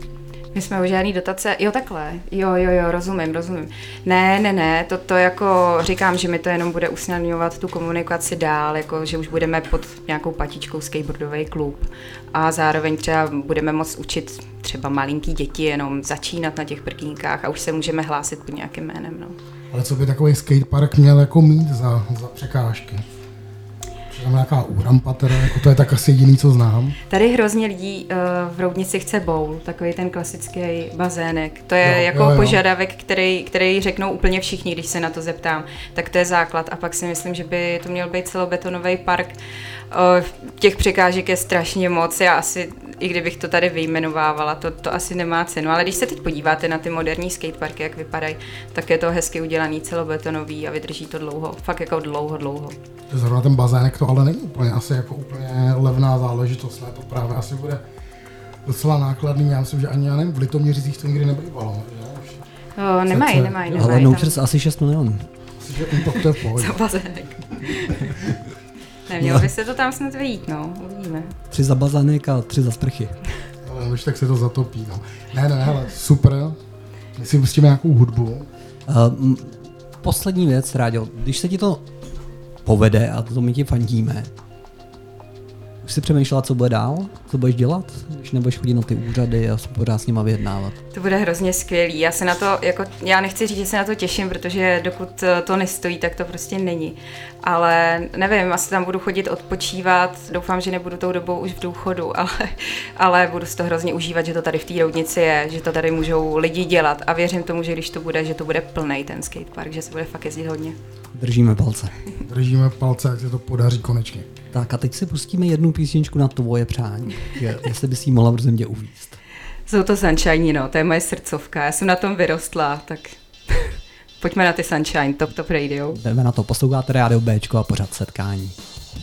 My jsme o žádný dotace, jo takhle, jo, rozumím. Ne, to jako říkám, že mi to jenom bude usnadňovat tu komunikaci dál, jako že už budeme pod nějakou patičkou skateboardový klub a zároveň třeba budeme moct učit třeba malinký děti jenom začínat na těch prkínkách a už se můžeme hlásit pod nějakým jménem, no. Ale co by takový skatepark měl jako mít za překážky? Tam nějaká úrampa teda, jako to je tak asi jediný, co znám. Tady hrozně lidí v Roudnici chce bowl, takový ten klasický bazének. To je jo. Požadavek, který řeknou úplně všichni, když se na to zeptám. Tak to je základ a pak si myslím, že by to měl být celobetonový park. Těch překážek je strašně moc, já asi, i kdybych to tady vyjmenovávala, to asi nemá cenu. Ale když se teď podíváte na ty moderní skateparky, jak vypadají, tak je to hezky udělaný, celobetonový a vydrží to dlouho, fakt jako dlouho. Zrovna ten bazének to ale není úplně levná záležitost, ne? To právě asi bude docela nákladný, já myslím, že ani já nevím, v Litoměřicích to nikdy nebývalo. Nemají. Ale naučil se asi 6 milionů. Asi, že to je v pohodě. Za bazének. Nemělo by se to tam snad vyjít, no, uvidíme. 3 za bazének a 3 za sprchy. Ale už tak se to zatopí, no. Ne, hele, super. My si pustíme nějakou hudbu. Poslední věc, Ráďo, když se ti to povede a to my ti fandíme, už jsi přemýšlela, co bude dál? Co budeš dělat, když nebudeš chodit na ty úřady a pořád s nima vyjednávat? To bude hrozně skvělý. Já se na to, já nechci říct, že se na to těším, protože dokud to nestojí, tak to prostě není. Ale nevím, asi tam budu chodit odpočívat, doufám, že nebudu tou dobou už v důchodu, ale budu si to hrozně užívat, že to tady v té Roudnici je, že to tady můžou lidi dělat a věřím tomu, že když to bude, že to bude plnej ten skatepark, že se bude fakt jezdit hodně. Držíme palce. Držíme palce, ať se to podaří konečně. Tak a teď si pustíme jednu písničku na tvoje přání, jestli bys jí mohla v země uvízt. Jsou to Sunshine, no, to je moje srdcovka, já jsem na tom vyrostla, tak pojďme na ty Sunshine, Top Radio. Jdeme na to, posloucháte Rádio Bčko a pořad Setkání.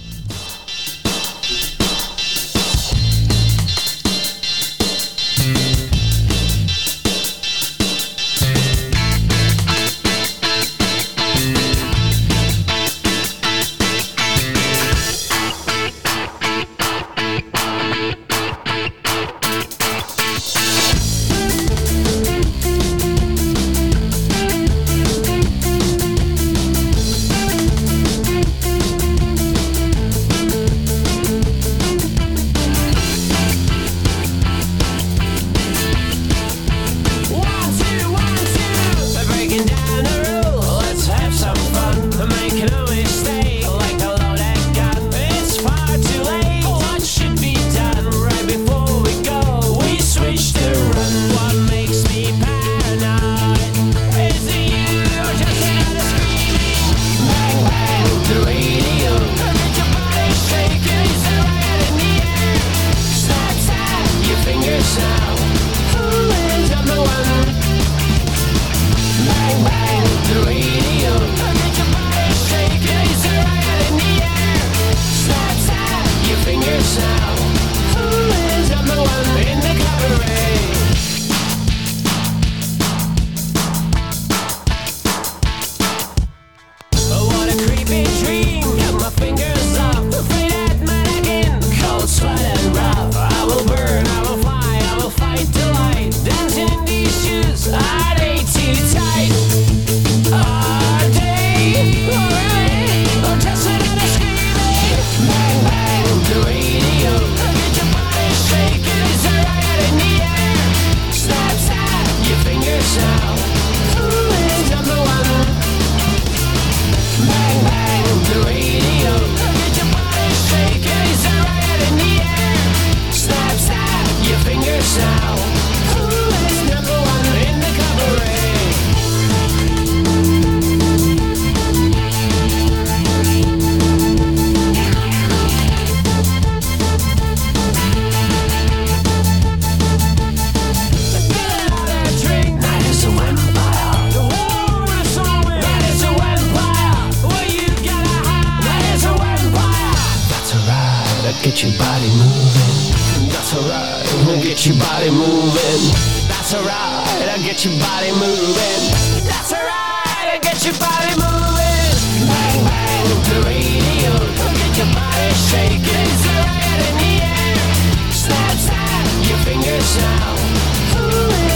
Get your body moving. That's alright. Get your body moving. That's alright. I get your body moving. That's alright. I get your body moving. Bang bang the radio. Get your body shaking. It's alright in the air. Snap snap your fingers now. Ooh,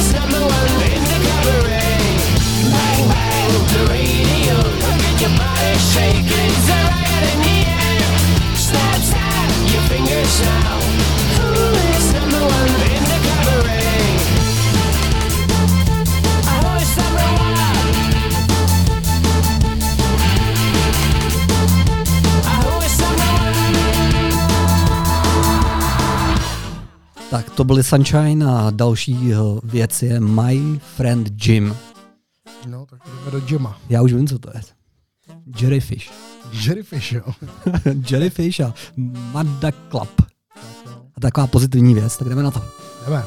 Tak to byly Sunshine a další věc je My Friend Jim. No, tak jdeme do Jima. Já už vím, co to je. Jellyfish. Jellyfish, jo. Jellyfish a Madda Club. A taková pozitivní věc, tak jdeme na to. Jdeme.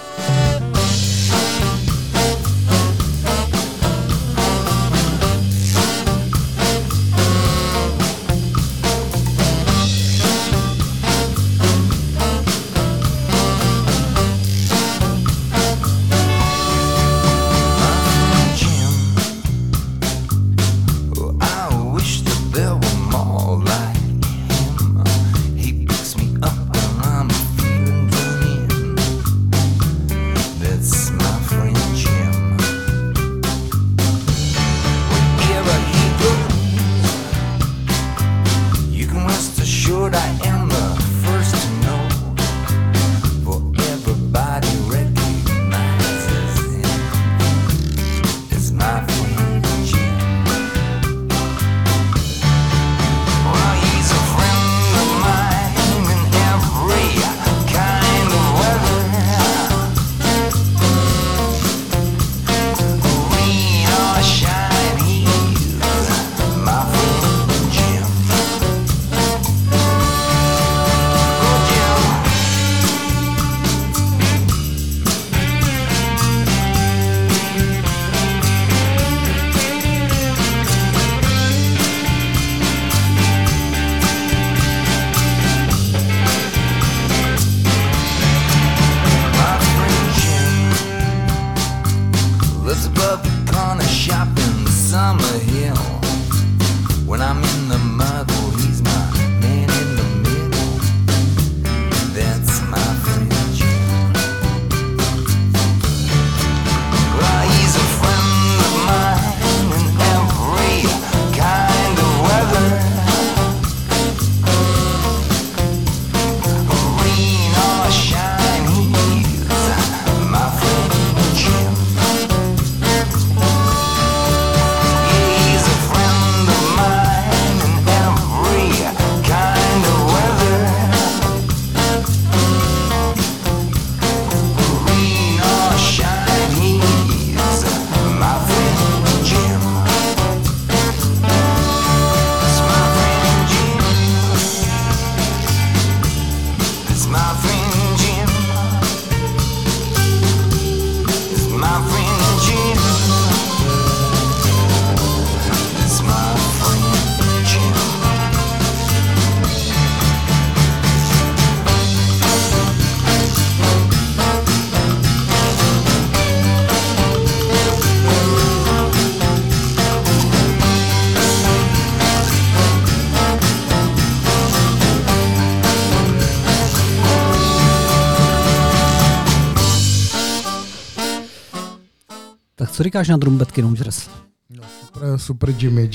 Co říkáš na drumbetky Noujers? No, super Jimmy.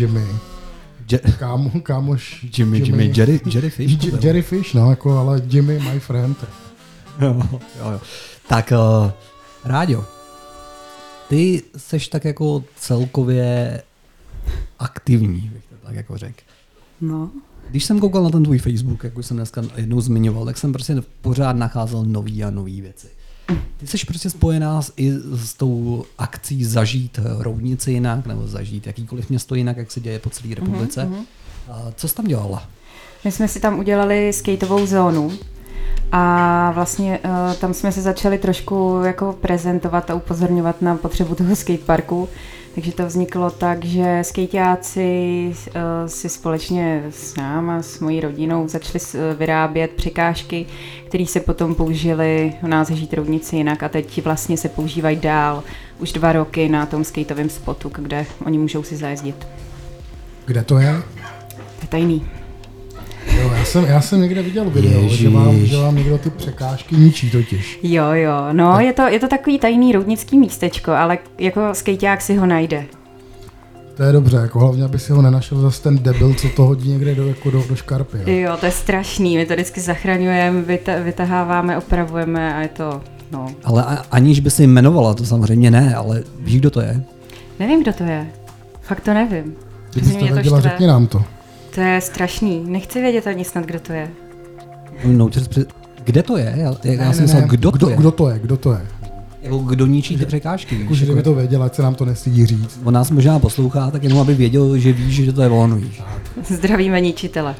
Kámoš Jimmy, Jellyfish. Jellyfish, no, jako, ale Jimmy, my friend. Jo. Tak, Ráďo, ty seš tak jako celkově aktivní, bych to tak jako řekl. No. Když jsem koukal na ten tvůj Facebook, jak už jsem dneska jednou zmiňoval, tak jsem prostě pořád nacházel nový a nový věci. Ty jsi prostě spojená i s tou akcí zažít Roudnici jinak, nebo zažít jakýkoliv město jinak, jak se děje po celé republice. Co jsi tam dělala? My jsme si tam udělali skateovou zónu a vlastně tam jsme se začali trošku jako prezentovat a upozorňovat na potřebu toho skateparku. Takže to vzniklo tak, že skejťáci si společně s náma, s mojí rodinou začali vyrábět překážky, které se potom použily u nás Žít Roudnici jinak a teď vlastně se používají dál už 2 roky na tom skateovém spotu, kde oni můžou si zajezdit. Kde to je? To je tajný. Jo, já jsem někde viděl video, že vám někdo ty překážky ničí totiž. Jo, no je to takový tajný roudnický místečko, ale jako skejťák si ho najde. To je dobře, jako hlavně, aby si ho nenašel zase ten debil, co to hodí někde do škarpy. Jo, to je strašný, my to vždycky zachraňujeme, vytaháváme, opravujeme a je to, no. Ale aniž by si jmenovala, to samozřejmě ne, ale víš, kdo to je? Nevím, kdo to je, fakt to nevím. Kdybyste to věděla, řekni nám to. To je strašný, nechci vědět ani snad, kdo to je. No, Kde to je? Já jsem myslel, kdo to je? Kdo to je? Jako kdo ničí ty překážky, víš? Už kdyby to věděl, ať se nám to nestydí říct. On nás možná poslouchá, tak jenom aby věděl, že víš, že to je on, víš. Zdravíme ničitele.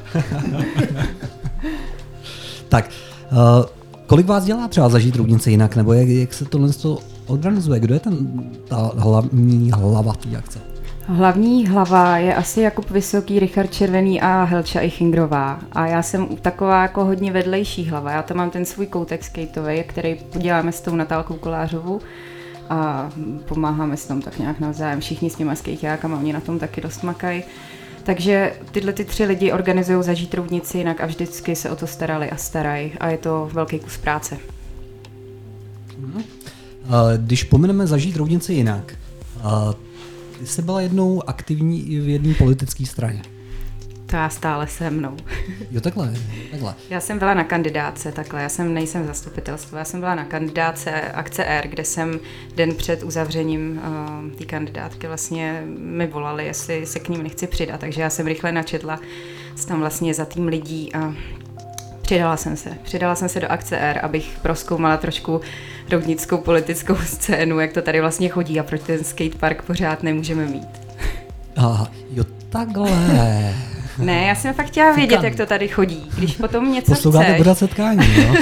Tak, kolik vás dělá třeba Zažít Roudnice jinak, nebo jak se tohle organizuje? Kdo je ta hlavní hlava té akce? Hlavní hlava je asi Jakub Vysoký, Richard Červený a Helča Ichingrová. A já jsem taková jako hodně vedlejší hlava. Já tam mám ten svůj koutek skateový, který děláme s tou Natálkou Kolářovou a pomáháme s tom tak nějak navzájem. Všichni s těma skateákama, oni na tom taky dost makají. Takže tyhle 3 lidi organizují Zažít Roudnici jinak a vždycky se o to starali a starají. A je to velký kus práce. Když pomineme Zažít Roudnici jinak, ty jsi byla jednou aktivní i v jedné politické straně. To já stále jsem, no. Jo, takhle. Já jsem byla na kandidáce, takhle, nejsem v zastupitelstvu, já jsem byla na kandidáce akce R, kde jsem den před uzavřením té kandidátky vlastně mi volali, jestli se k ním nechci přidat, takže já jsem rychle načetla tam vlastně za tým lidí a přidala jsem se do akce R, abych prozkoumala trošku roudnickou politickou scénu, jak to tady vlastně chodí a proč ten skatepark pořád nemůžeme mít. Aha, jo, takhle. Ne, já jsem fakt chtěla vědět, jak to tady chodí. Když potom něco posloucháte chceš pořád setkání, jo?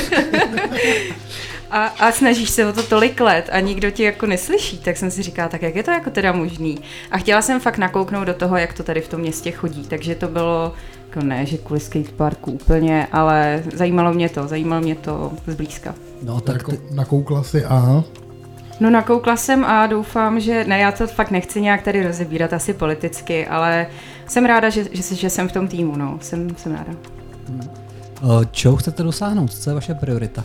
a snažíš se o to tolik let a nikdo ti jako neslyší, tak jsem si říkala, tak jak je to jako teda možný. A chtěla jsem fakt nakouknout do toho, jak to tady v tom městě chodí, takže to bylo jako ne, že kvůli skateparku úplně, ale zajímalo mě to zblízka. No tak nakoukla si a... No nakoukla jsem a doufám, že... Ne, já to fakt nechci nějak tady rozebírat asi politicky, ale jsem ráda, že jsem v tom týmu, no. Jsem ráda. Čeho chcete dosáhnout? Co je vaše priorita?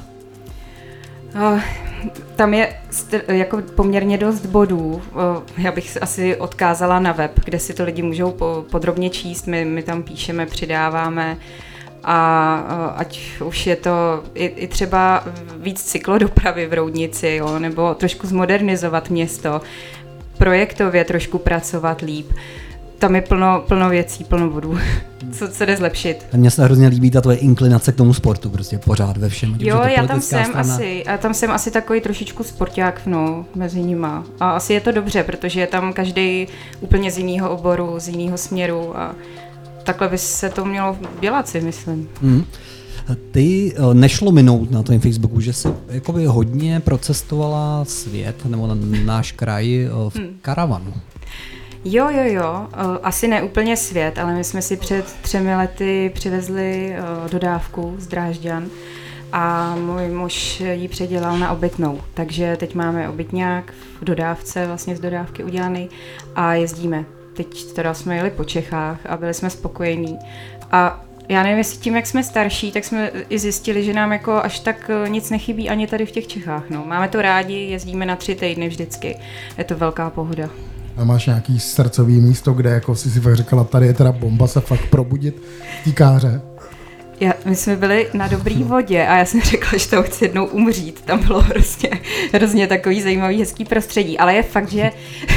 Tam je jako poměrně dost bodů. Já bych asi odkázala na web, kde si to lidi můžou podrobně číst. My tam píšeme, přidáváme a ať už je to i třeba víc cyklodopravy v Roudnici, jo, nebo trošku zmodernizovat město, projektově trošku pracovat líp. Tam je plno věcí, plno bodů. Co se jde zlepšit? A mně se hrozně líbí ta tvoje inklinace k tomu sportu, prostě pořád ve všem. Jo, já tam jsem asi takový trošičku sporták, no, mezi nima. A asi je to dobře, protože je tam každý úplně z jiného oboru, z jiného směru a takhle by se to mělo dělat, si myslím. Ty nešlo minout na tvém Facebooku, že jsi jakoby hodně procestovala svět, nebo náš kraj v karavanu. Jo, asi ne úplně svět, ale my jsme si před 3 lety přivezli dodávku z Drážďan a můj muž ji předělal na obytnou, takže teď máme obytňák v dodávce, vlastně z dodávky udělaný a jezdíme. Teď teda jsme jeli po Čechách a byli jsme spokojení a já nevím, jestli tím, jak jsme starší, tak jsme i zjistili, že nám jako až tak nic nechybí ani tady v těch Čechách. No. Máme to rádi, jezdíme na 3 týdny vždycky, je to velká pohoda. A máš nějaký srdcový místo, kde jako si fakt říkala, tady je teda bomba se fakt probudit tíkáře? My jsme byli na dobrý vodě a já jsem řekla, že tam chci jednou umřít. Tam bylo hrozně takový zajímavý, hezký prostředí. Ale je fakt, že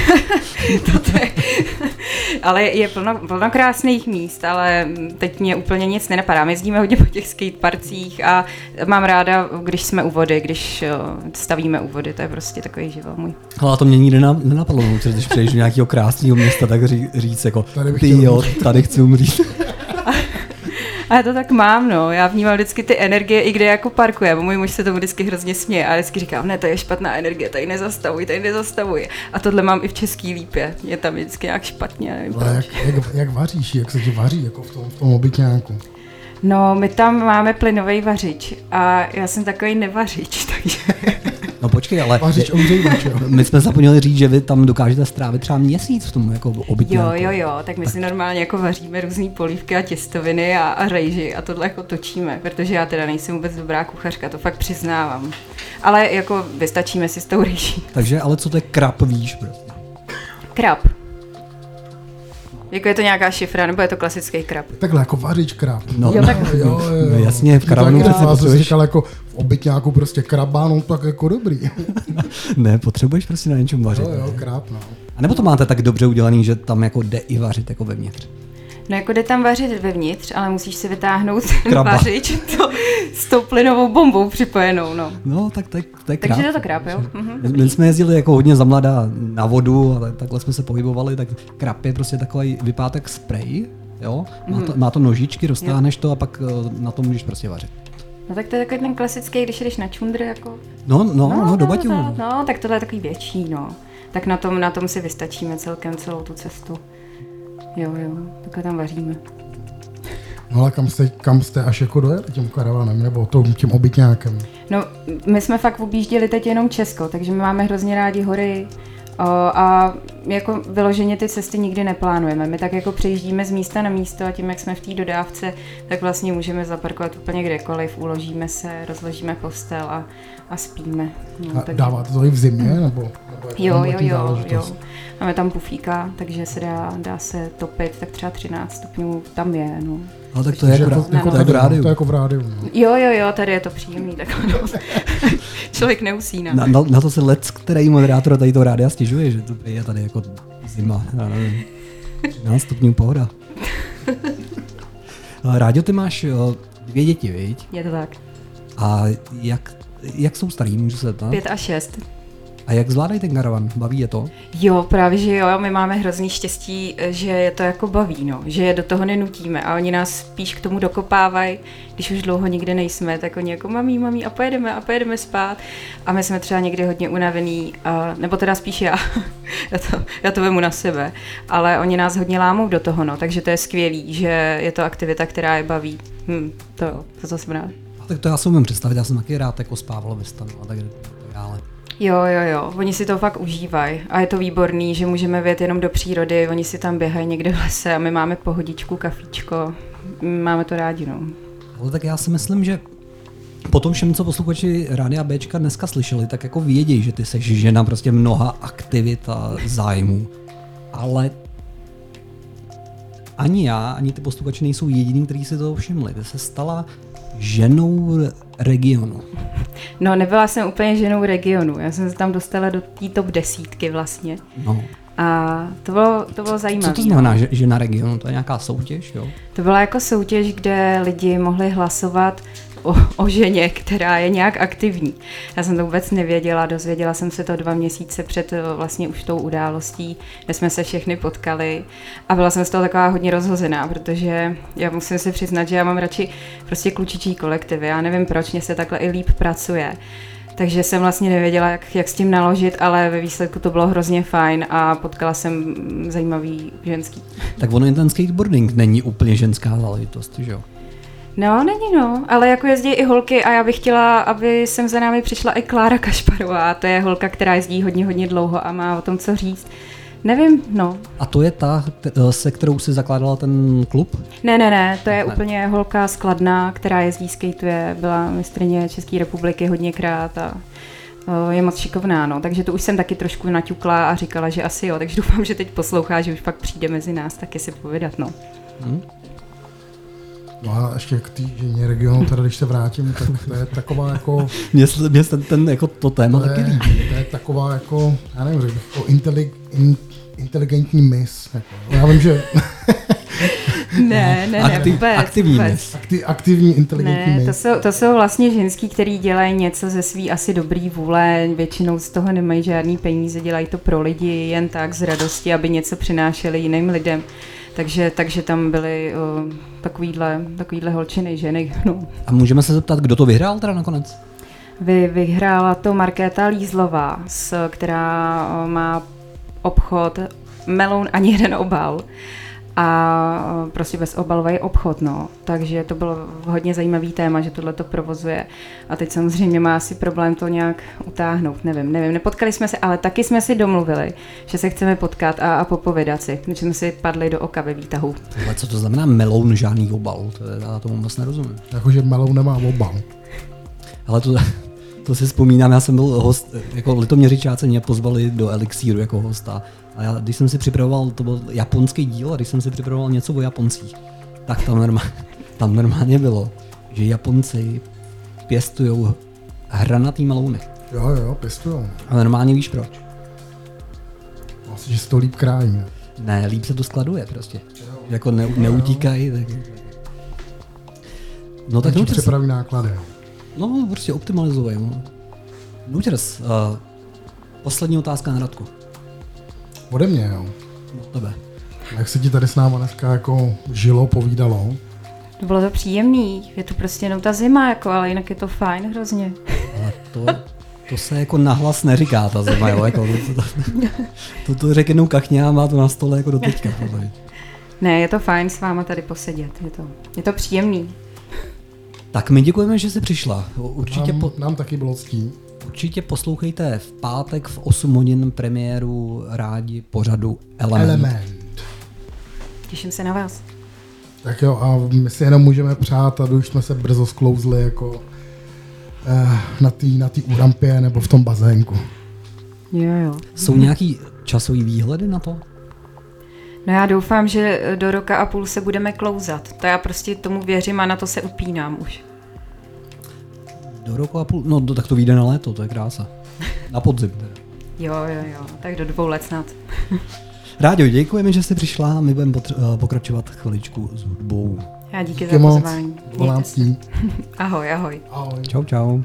ale je plno krásných míst, ale teď mě úplně nic nenapadá. My jezdíme hodně po těch skateparcích a mám ráda, když jsme u vody, když stavíme u vody, to je prostě takový život můj. Ale to mě nikdy nenapadlo, když přejdeš do nějakého krásného města, tak říct jako, tady chci umřít. A já to tak mám, no. Já vnímám vždycky ty energie, i kde jako parkuje. Můj muž se tomu vždycky hrozně směje a vždycky říkám, ne, to je špatná energie, tady nezastavuj. A tohle mám i v Český Lípě. Je tam vždycky nějak špatně, nevím proč. Jak vaříš, jak se ti vaří jako v tom obytňáku? No, my tam máme plynový vařič a já jsem takový nevařič, takže... No počkej, ale my jsme zapomněli říct, že vy tam dokážete strávit třeba měsíc v tom jako obytňáku. Jo, tak my si normálně jako vaříme různý polívky a těstoviny a rejži a tohle jako točíme, protože já teda nejsem vůbec dobrá kuchařka, to fakt přiznávám. Ale jako vystačíme si s tou rejží. Takže, ale co to je krab, víš prostě? Krab. Jako je to nějaká šifra, nebo je to klasický krab? Takhle, jako vařič krab. No, jasně, v karavanu přece potřebuješ. Říkal, jako v obytňáku prostě kraba, no tak jako dobrý. Ne, potřebuješ prostě na něčem vařit. Jo, krab, no. A nebo to máte tak dobře udělaný, že tam jako jde i vařit jako vevnitř? No jako jde tam vařit vevnitř, ale musíš si vytáhnout ten Kraba. vařič s tou plynovou bombou připojenou, no. No, tak to je kráp. Takže je to kráp, jo? My jsme jezdili jako hodně za mladá na vodu, ale takhle jsme se pohybovali, tak kráp je prostě takový vypátek spray, jo? Má to nožičky, roztáhneš to a pak na to můžeš prostě vařit. No tak to je takový ten klasický, když jdeš na čundr, jako... No, do baťohu. No, tak tohle je takový větší, no. Tak na tom si vystačíme celou tu cestu. Jo, takhle tam vaříme. No ale kam jste až jako dojeli tím karavanem, nebo tím obytňákem? No, my jsme fakt objížděli teď jenom Česko, takže my máme hrozně rádi hory a jako vyloženě ty cesty nikdy neplánujeme. My tak jako přejíždíme z místa na místo a tím, jak jsme v té dodávce, tak vlastně můžeme zaparkovat úplně kdekoliv, uložíme se, rozložíme postel a spíme. No, A dáváte to i v zimě, nebo Jo. Máme tam pufíka, takže se dá se topit, tak třeba 13 stupňů tam je, no. Ale tak to je jako v rádiu. To je jako v rádiu. No. Jo, tady je to příjemný, tak no. Člověk neusíná. Na to se který moderátor tady to rádia stěžuje, že to je tady jako zima, já nevím, 13 stupňů pohoda. Ráďo, ty máš 2 děti, viď? Je to tak. A jak jsou starý, můžu se zeptat? 5 a 6. A jak zvládají ten karavan? Baví je to? Jo, právě že jo, my máme hrozný štěstí, že je to jako baví, no, že je do toho nenutíme a oni nás spíš k tomu dokopávají, když už dlouho nikde nejsme, tak oni jako mamí a pojedeme spát a my jsme třeba někdy hodně unavený, nebo teda spíš já to vemu na sebe, ale oni nás hodně lámou do toho, no, takže to je skvělý, že je to aktivita, která je baví, to jsem rád. Tak to já si umím představit, já jsem taky rád jako spával ve stanu a tak dále. Jo, oni si to fakt užívají a je to výborný, že můžeme vyjet jenom do přírody, oni si tam běhají někde v lese a my máme pohodičku, kafíčko, máme to rádi, no. Ale tak já si myslím, že po tom všem, co posluchači Rádia Bčka dneska slyšeli, tak jako vědějí, že ty seš žena prostě mnoha aktivit a zájmů, ale ani já, ani ty posluchači nejsou jediný, kteří si toho všimli. Ty se stala ženou regionu. No, nebyla jsem úplně ženou regionu, já jsem se tam dostala do té top 10 vlastně. No. A to bylo zajímavé. Co to znamená žena regionu? To je nějaká soutěž, jo? To byla jako soutěž, kde lidi mohli hlasovat o ženě, která je nějak aktivní. Já jsem to vůbec nevěděla, dozvěděla jsem se to 2 měsíce před vlastně už tou událostí, kde jsme se všechny potkali a byla jsem z toho taková hodně rozhozená, protože já musím si přiznat, že já mám radši prostě klučičí kolektivy, já nevím proč, mě se takhle i líp pracuje. Takže jsem vlastně nevěděla, jak s tím naložit, ale ve výsledku to bylo hrozně fajn a potkala jsem zajímavý ženský. Tak ono ten skateboarding není úplně ženská záležitost, že jo? No, není no, ale jako jezdí i holky a já bych chtěla, aby sem za námi přišla i Klára Kašparová, to je holka, která jezdí hodně dlouho a má o tom co říct. Nevím, no. A to je ta, se kterou si zakládala ten klub? Ne, to je úplně holka z Kladna, která jezdí, skateuje, byla mistryně České republiky hodněkrát a je moc šikovná, no. Takže to už jsem taky trošku naťukla a říkala, že asi jo, takže doufám, že teď poslouchá, že už pak přijde mezi nás taky si povědat, no. No a ještě k té ženě regionu, teda když se vrátím, tak to je taková jako... Mně se ten jako to téma taky líbí. To je taková jako, já nevím, řekl bych, jako inteligentní mis. Jako. Já vím, že... Ne, vůbec. Aktivní mis. Aktivní, inteligentní mis. To jsou vlastně ženský, který dělají něco ze svý asi dobrý vůle, většinou z toho nemají žádný peníze, dělají to pro lidi, jen tak z radosti, aby něco přinášeli jiným lidem. Takže tam byly takovýhle holčiny, ženy. No. A můžeme se zeptat, kdo to vyhrál teda nakonec? Vyhrála to Markéta Lízlová, která má obchod Meloun ani jeden obal. A prostě bezobalový obchod, no. Takže to bylo hodně zajímavý téma, že tohle to provozuje. A teď samozřejmě má asi problém to nějak utáhnout, nevím. Nepotkali jsme se, ale taky jsme si domluvili, že se chceme potkat a popovědat si. Když jsme si padli do oka ve výtahu. Ale co to znamená meloun žádný obal? Já tomu moc nerozumím. Jakože meloun nemá obal. Ale to si vzpomínám, já jsem byl host, jako Litoměřičáci mě pozvali do Elixíru jako hosta. A já, když jsem si připravoval, to byl japonský díl, a když jsem si připravoval něco o Japoncích, tak tam normálně bylo, že Japonci pěstujou hranatý melouny. Jo, pěstujou. Ale normálně víš proč? Asi, že se to líp krájí. Ne, líp se to skladuje prostě. jako neutíkají. Tak... No tak Nučers. Připraví náklady. No, prostě optimalizují. Nučers, poslední otázka na Radku. Ode mě, jo. Od tebe. Jak se ti tady s náma dneska jako žilo, povídalo? Bylo to příjemný, je to prostě jenom ta zima, jako, ale jinak je to fajn hrozně. Ale to se jako nahlas neříká, ta zima, jo, jako to řekl jednou Kachňa a má to na stole jako do teďka. Ne, je to fajn s váma tady posedět, je to příjemný. Tak my děkujeme, že jsi přišla. Určitě nám taky bylo ctí. Určitě poslouchejte v pátek v 8 hodin premiéru rádi pořadu Element. Těším se na vás. Tak jo, a my si jenom můžeme přát, aby už jsme se brzo sklouzli jako na té úrampě nebo v tom bazénku. Jo. Jsou nějaký časový výhledy na to? No já doufám, že do roka a půl se budeme klouzat. To já prostě tomu věřím a na to se upínám už. Do roku a půl? No tak to vyjde na léto, to je krása. Na podzim teda. Jo, tak do 2 let snad. Ráďo, děkujeme, že jsi přišla a my budeme pokračovat chviličku s hudbou. Já díky za pozvání. Volám s ní. Ahoj. Ahoj. Čau.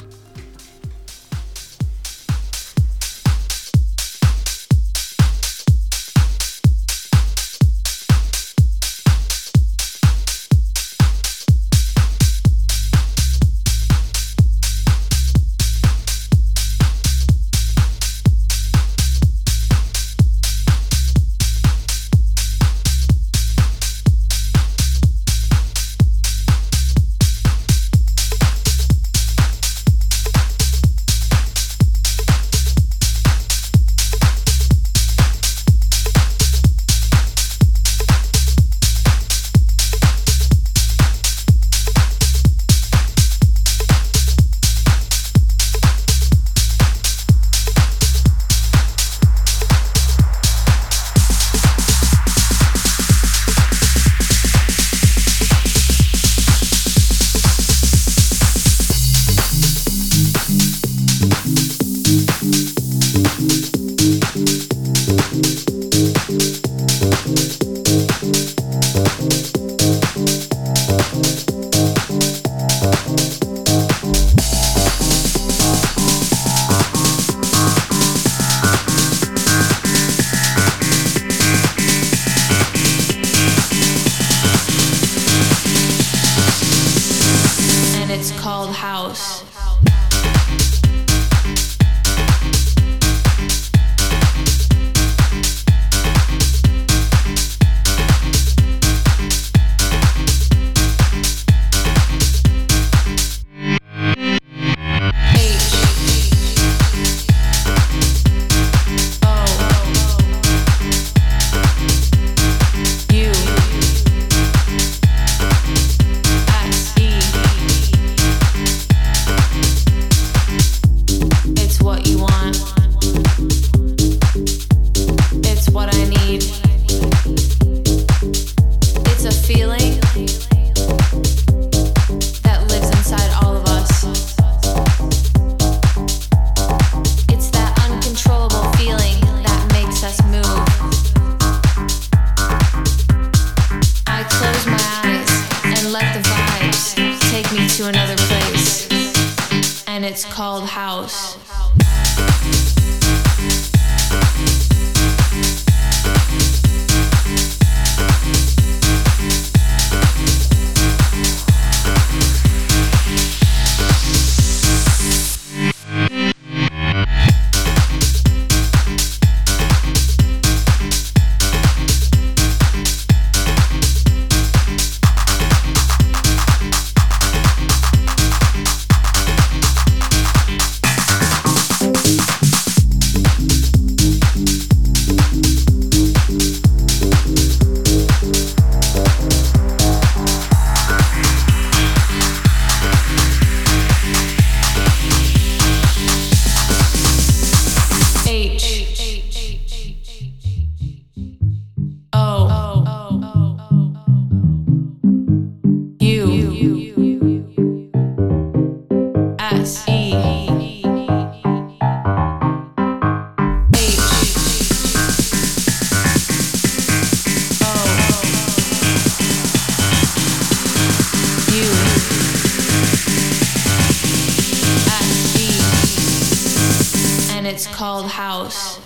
it's called house.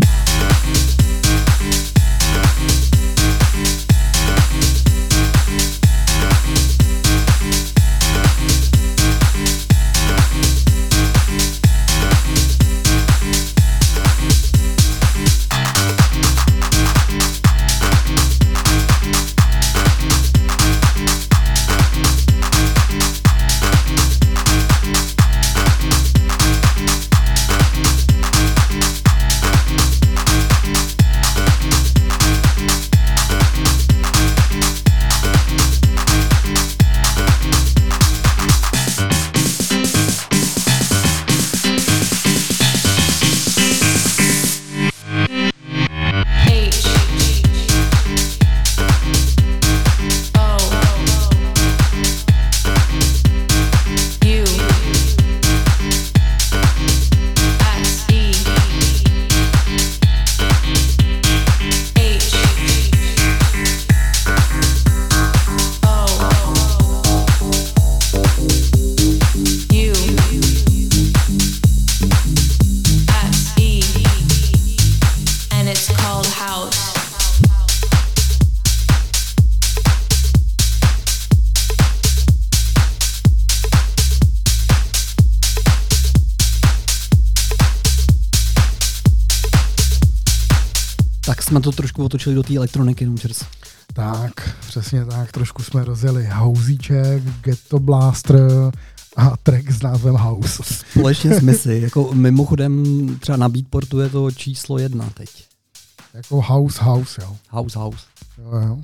Jsme to trošku otočili do té elektroniky, Numbers. Tak, přesně tak. Trošku jsme rozjeli housíček, Ghetto Blaster a track s názvem House. Společně s Missy. Jako mimochodem třeba na Beatportu je to číslo 1 teď. Jako house, jo. House. Jo.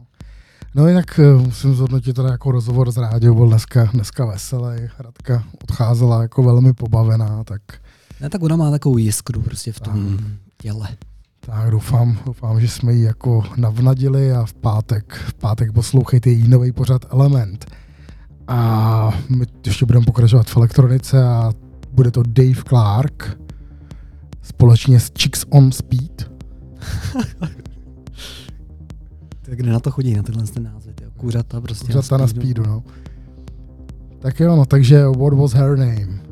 No jinak musím zhodnotit teda jako rozhovor z rádio, byl dneska veselý. Radka odcházela jako velmi pobavená, tak... Ne, tak ona má takovou jiskru prostě v tom těle. Tak doufám, že jsme ji jako navnadili a v pátek poslouchejte její nový pořad Element. A my ještě budeme pokračovat v elektronice a bude to Dave Clark společně s Chicks on Speed. Tak kde na to chodí, na tyhle názvy, kuřata prostě. Kuřata na speedu, no. Tak jo, no, takže what was her name?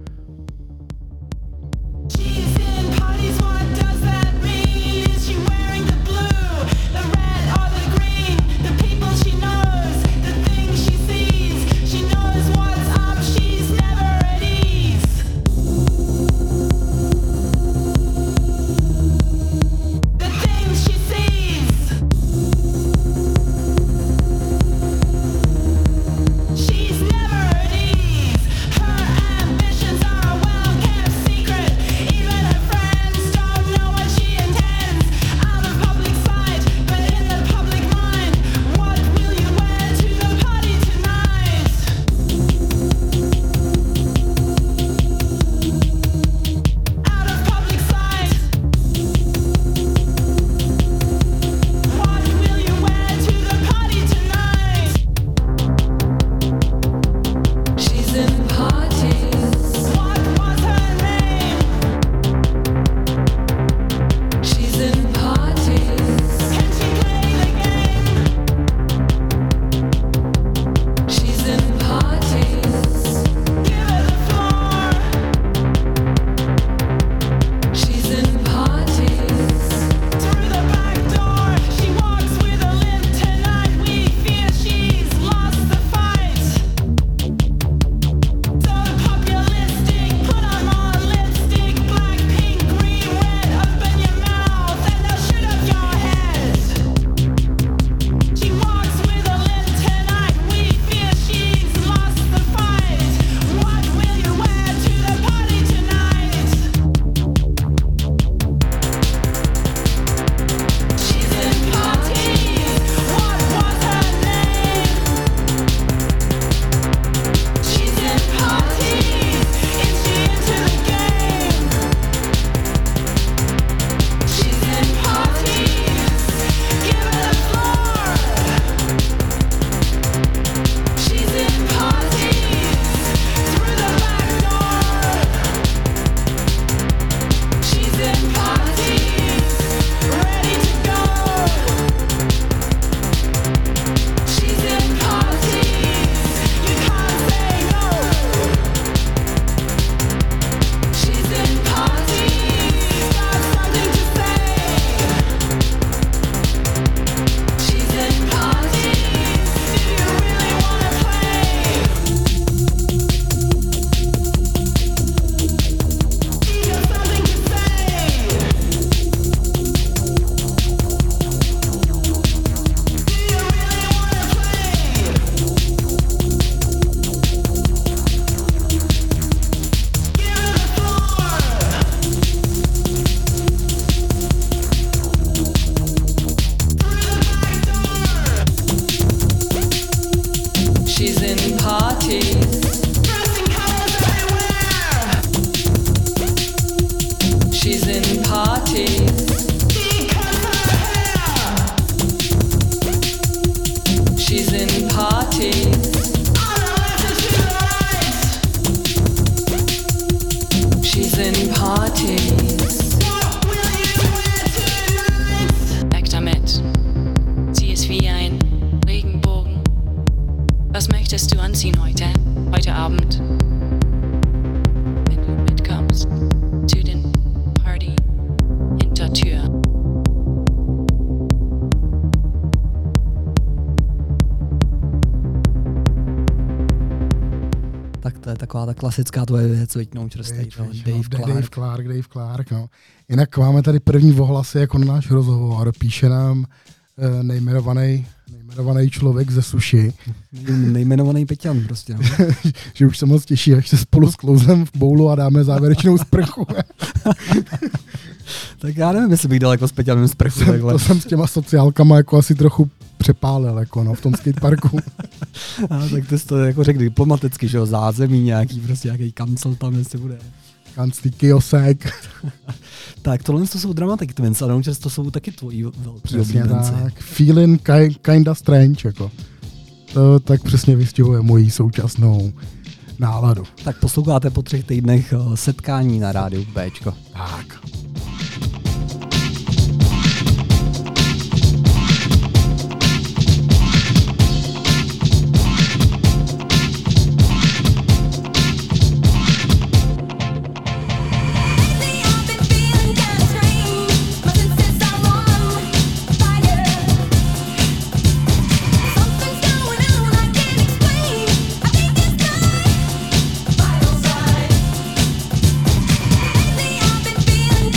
She's never at ease. Her ambitions der heute Abend, wenn du mitkommst zu den Party Hintertür. Tak to je taková ta klasická tvoje věc, většinou čerstvý. Dave Clark, no. Jinak máme tady první ohlasy jako na náš rozhovor. Píše nám nejmenovaný člověk ze Suši. Nejmenovaný Peťan prostě. No. Že už se moc těší, až se spolu sklouzem v boulu a dáme závěrečnou sprchu. Tak já nevím, jestli bych dal jako s Peťanem sprchu. To jsem s těma sociálkama jako asi trochu přepálil jako no, v tom skateparku. Tak ty jsi to jako řekl diplomaticky, že jo, zázemí nějaký, prostě nějaký kancel tam, jestli bude. Kanclí kiosek. Tak tohle to jsou Dramatic Twins a Downchairs to jsou taky tvojí velký oblíbenci. Tak, feeling kinda strange, jako. To tak přesně vystihuje moji současnou náladu. Tak posloucháte po 3 týdnech setkání na rádiu Bčko. Tak. Feeling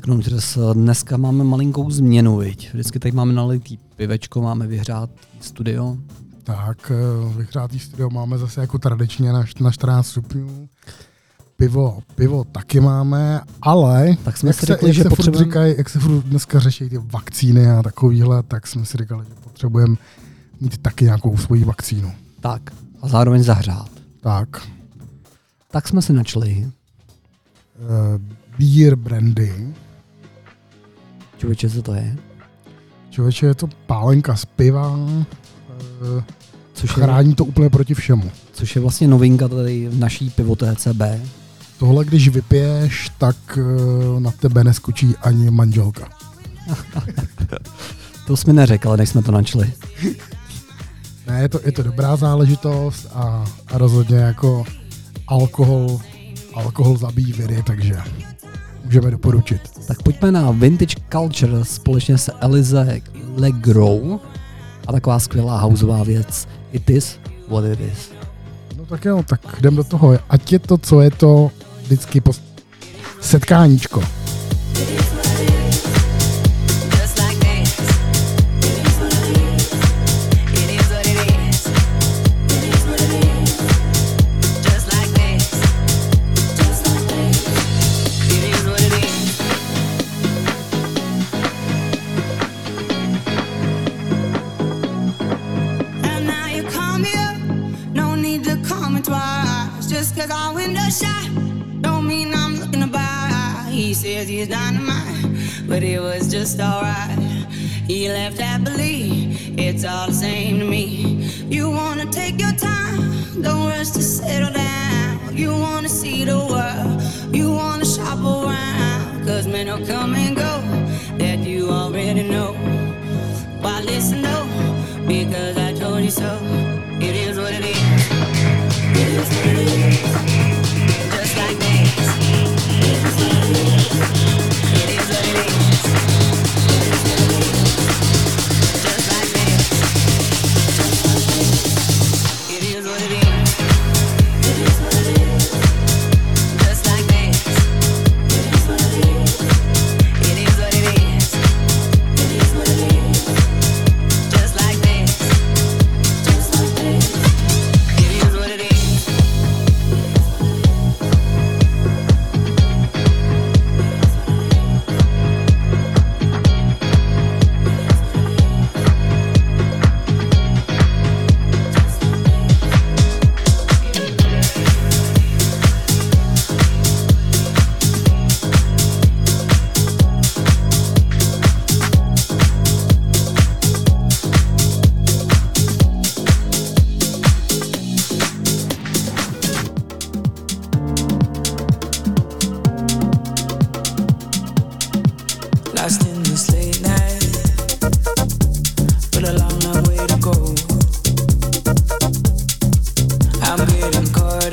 Knoučers, dneska máme malinkou změnu, viď? Vždycky tady máme nalitý pivečko, máme vyhrát studio. Tak, vyhrátý studio máme zase jako tradičně na 14 stupňů. Pivo taky máme, ale tak jsme si řekli, že jak se furt dneska řeší ty vakcíny a takovýhle, tak jsme si říkali, že potřebujeme mít taky nějakou svoji vakcínu. Tak, a zároveň zahřát. Tak jsme si načli. Beer brandy. Člověče, co to je? Člověče, je to pálenka z piva. Což chrání to úplně proti všemu. Což je vlastně novinka tady v naší pivotéce B. Tohle, když vypiješ, tak na tebe neskočí ani manželka. To jsi mi neřekl, než jsme to načli. Ne, je to dobrá záležitost a rozhodně jako alkohol zabíjí viry, takže můžeme doporučit. Tak pojďme na Vintage Culture společně se Elize Legrow a taková skvělá houseová věc It Is What It Is. No tak jo, tak jdem do toho. Ať je to, co je to, vždycky setkáníčko. He's dynamite, but it was just alright. He left happily, it's all the same to me. You wanna take your time, don't rush to settle down. You wanna see the world, you wanna shop around. Cause men will come and go, that you already know. Why listen though, because I told you so. It is what it is. It is what it is. Just like this. It is what it is. It is what it is. Just like this. It is what it is. It is what it is. Just like this. It is what it is. It is what it is. It is what it is. Just like this. Just like this. It is what it is. Lost in this late night, but a long, long way to go. I'm getting caught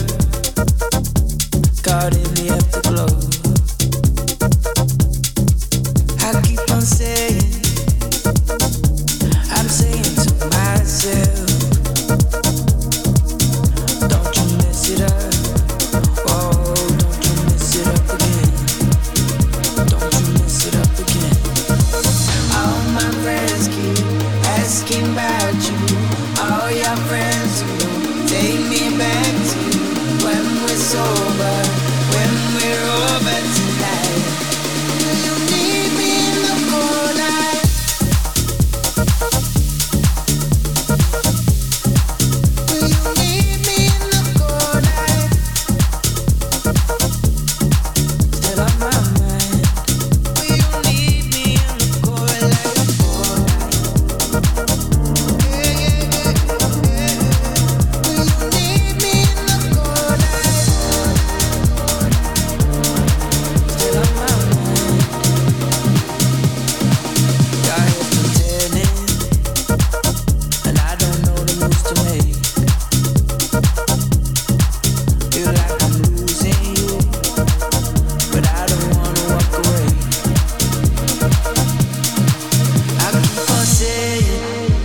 in the afterglow. I keep on saying, I'm saying to myself, don't you mess it up, oh, don't you mess it up again. Don't you mess it up again. All my friends keep asking about you. All your friends who take me back to when we're sober, when we're over tonight. Will you need me in the cold night? Will you need me in the cold night? Still on my mind. Will you need me in the cold light? Yeah, yeah, yeah, yeah. Will you need me in the cold light? Still on my mind. Your head's been turning, and I don't know the moves to make. Feel like I'm losing you, but I don't wanna walk away. I keep on saying,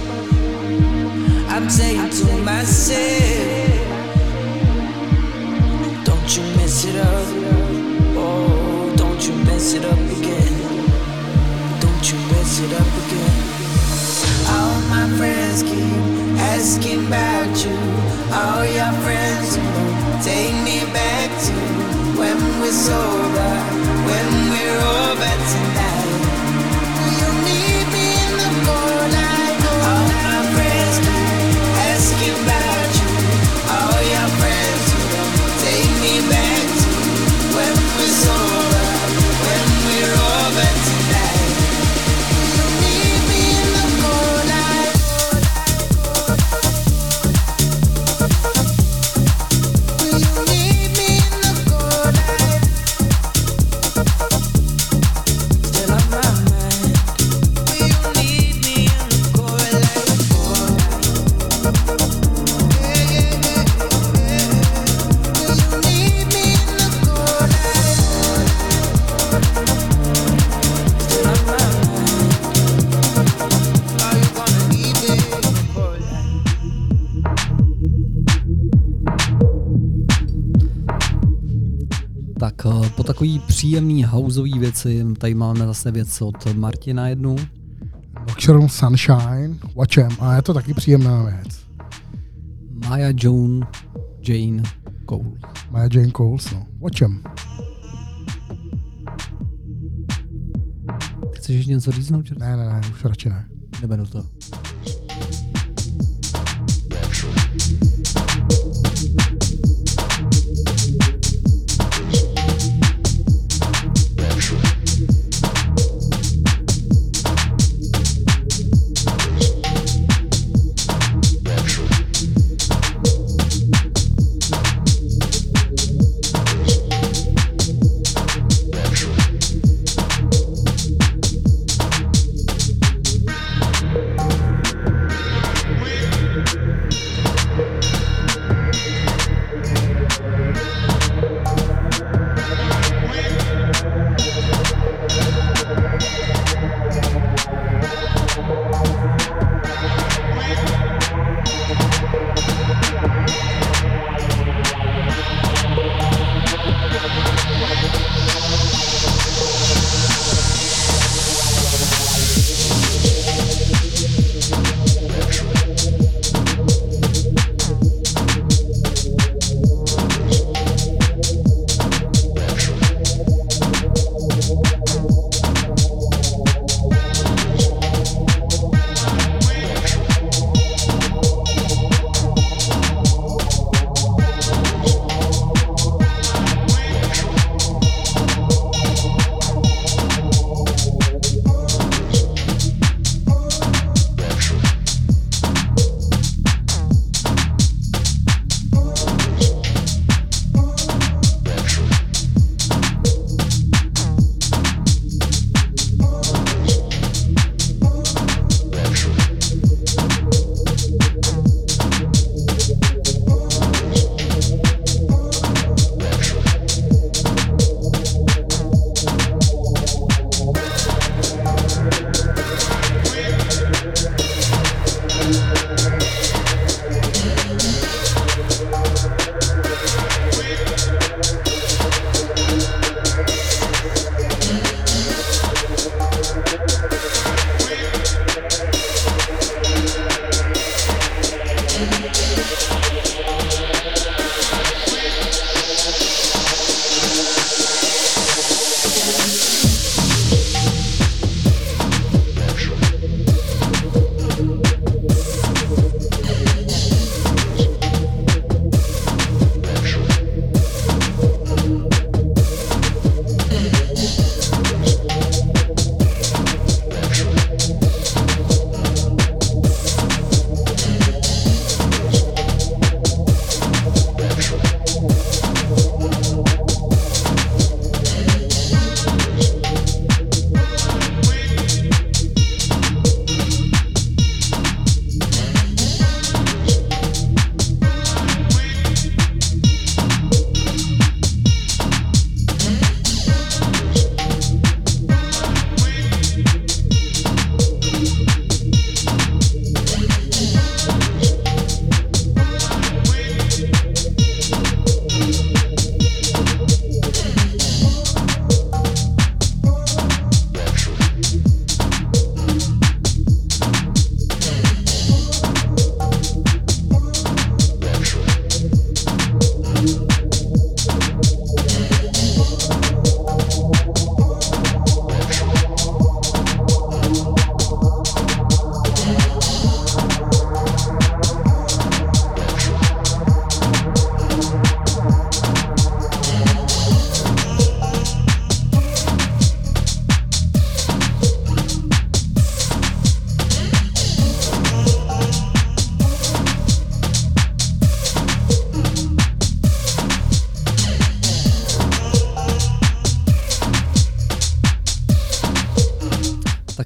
I'm saying to myself, don't you mess it up, oh, don't you mess mess it up again. Don't you mess it up again. All my friends keep asking about you. All your friends who take me back to when we're sober, when we're over tonight. Will you meet me in the cold light? All my friends keep asking about you. All your friends who take me back to when we're sober, when we're over tonight. Will you meet me in the cold light? Will you meet me in the cold light? Still on my mind. Will you meet me in the cold light? Yeah, yeah, yeah, yeah. Will you meet me in the cold light? Still on my mind. Are you gonna meet me in the cold light? Tak po takový příjemný houseový věci tady máme zase věc od Martina jednu. Nocturnal Sunshine, Watchem, a je to taky příjemná věc. Maya Jane Cole. Maya Jane Coles, no. Watchem. Chceš ještě něco říznout? Ne, už radši ne. Neberu to.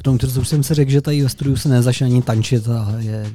tomu už jsem si řekl, že tady ve studiu se nezačne ani tančit a je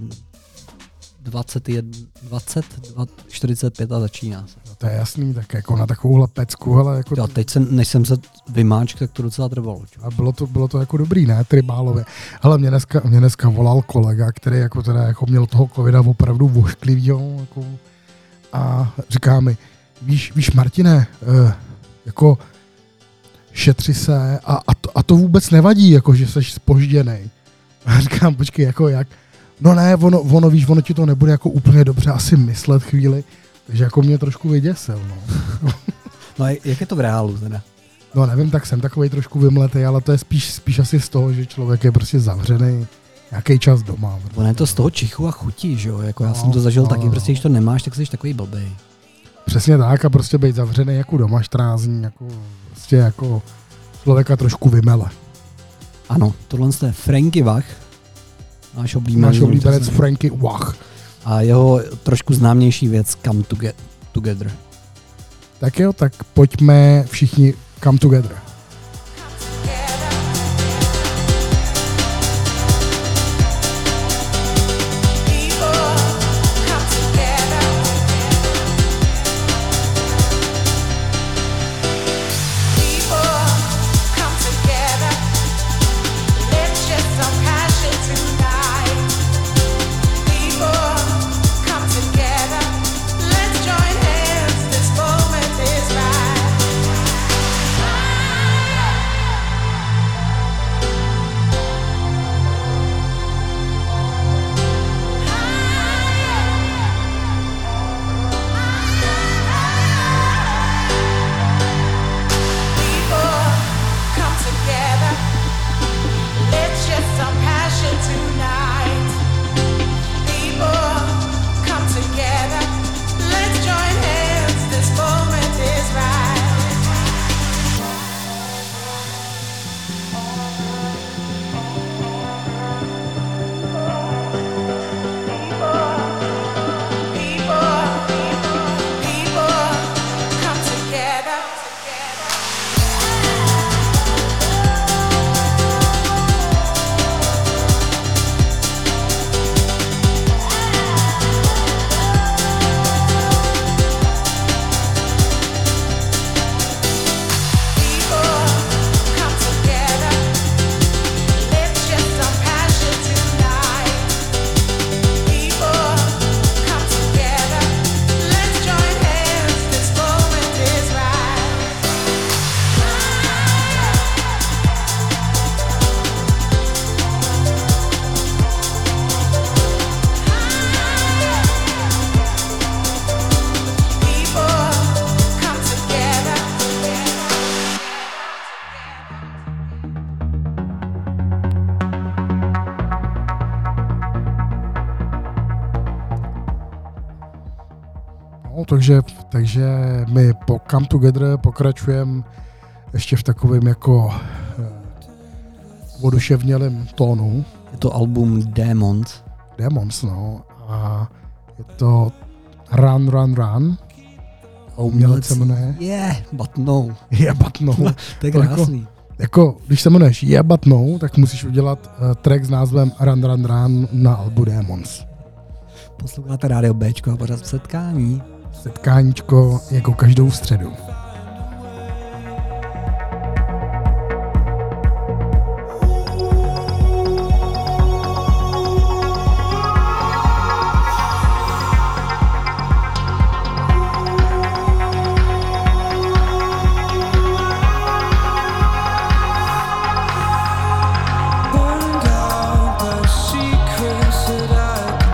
45 a začíná se. No to je jasný, tak jako na takovouhle pecku, ale jako... Jo, teď než jsem se vymáčk, tak to docela trvalo. A bylo to jako dobrý, ne, tribálově. Ale mě dneska volal kolega, který jako teda jako měl toho covida opravdu vošklivýho, jako, a říká mi, víš Martine, jako šetři se a to vůbec nevadí, jako že jsi zpožděnej. A říkám, počkej, jako jak? No ne, ono ti to nebude jako úplně dobře asi myslet chvíli, takže jako mě trošku vyděsil, no. No a jak je to v reálu teda? No nevím, tak jsem takovej trošku vymletej, ale to je spíš asi z toho, že člověk je prostě zavřený nějaký čas doma. Ono je to z toho čichu a chutí, že jo? Jako já jsem to zažil taky, prostě když to nemáš, tak jsi takový blbej. Přesně tak a prostě být zavřený jako doma 14 dní, jako prostě jako člověka trošku vymele. Ano, tohle je Franky Wach, náš oblíbenec Franky Wach. A jeho trošku známější věc Come Together. Tak jo, tak pojďme všichni Come Together. Takže my po Come Together pokračujeme ještě v takovém jako oduševnělém tónu. Je to album Demons. Demons, no. A je to Run, Run, Run. A umělec se jmenuje... Yeah, but no. Yeah, but no. To je krásný. Jako, když se jmenuješ Yeah, but no, tak musíš udělat track s názvem Run, Run, Run na albu Demons. Posloucháte Rádio Bčko a pořád setkání. Setkáníčko jako každou středu.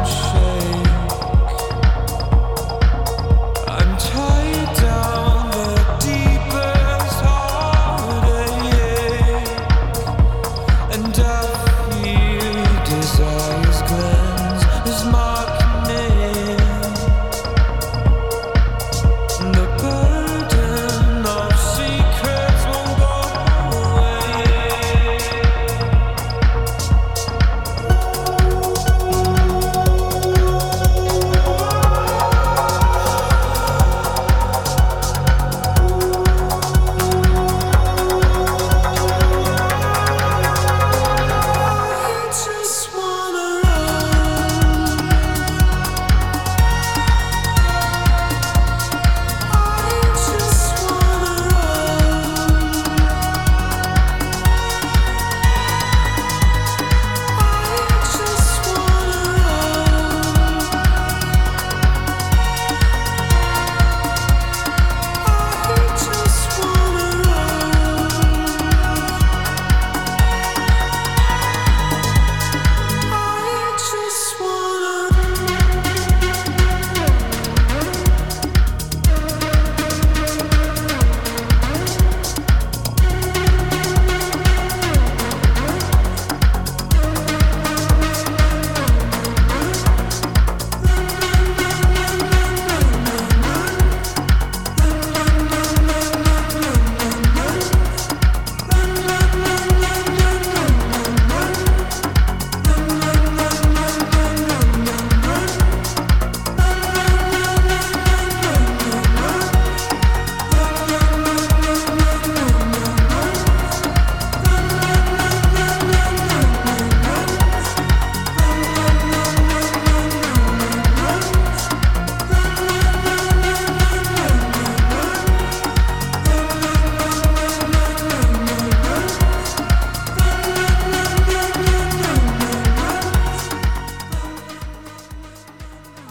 I'm tied down the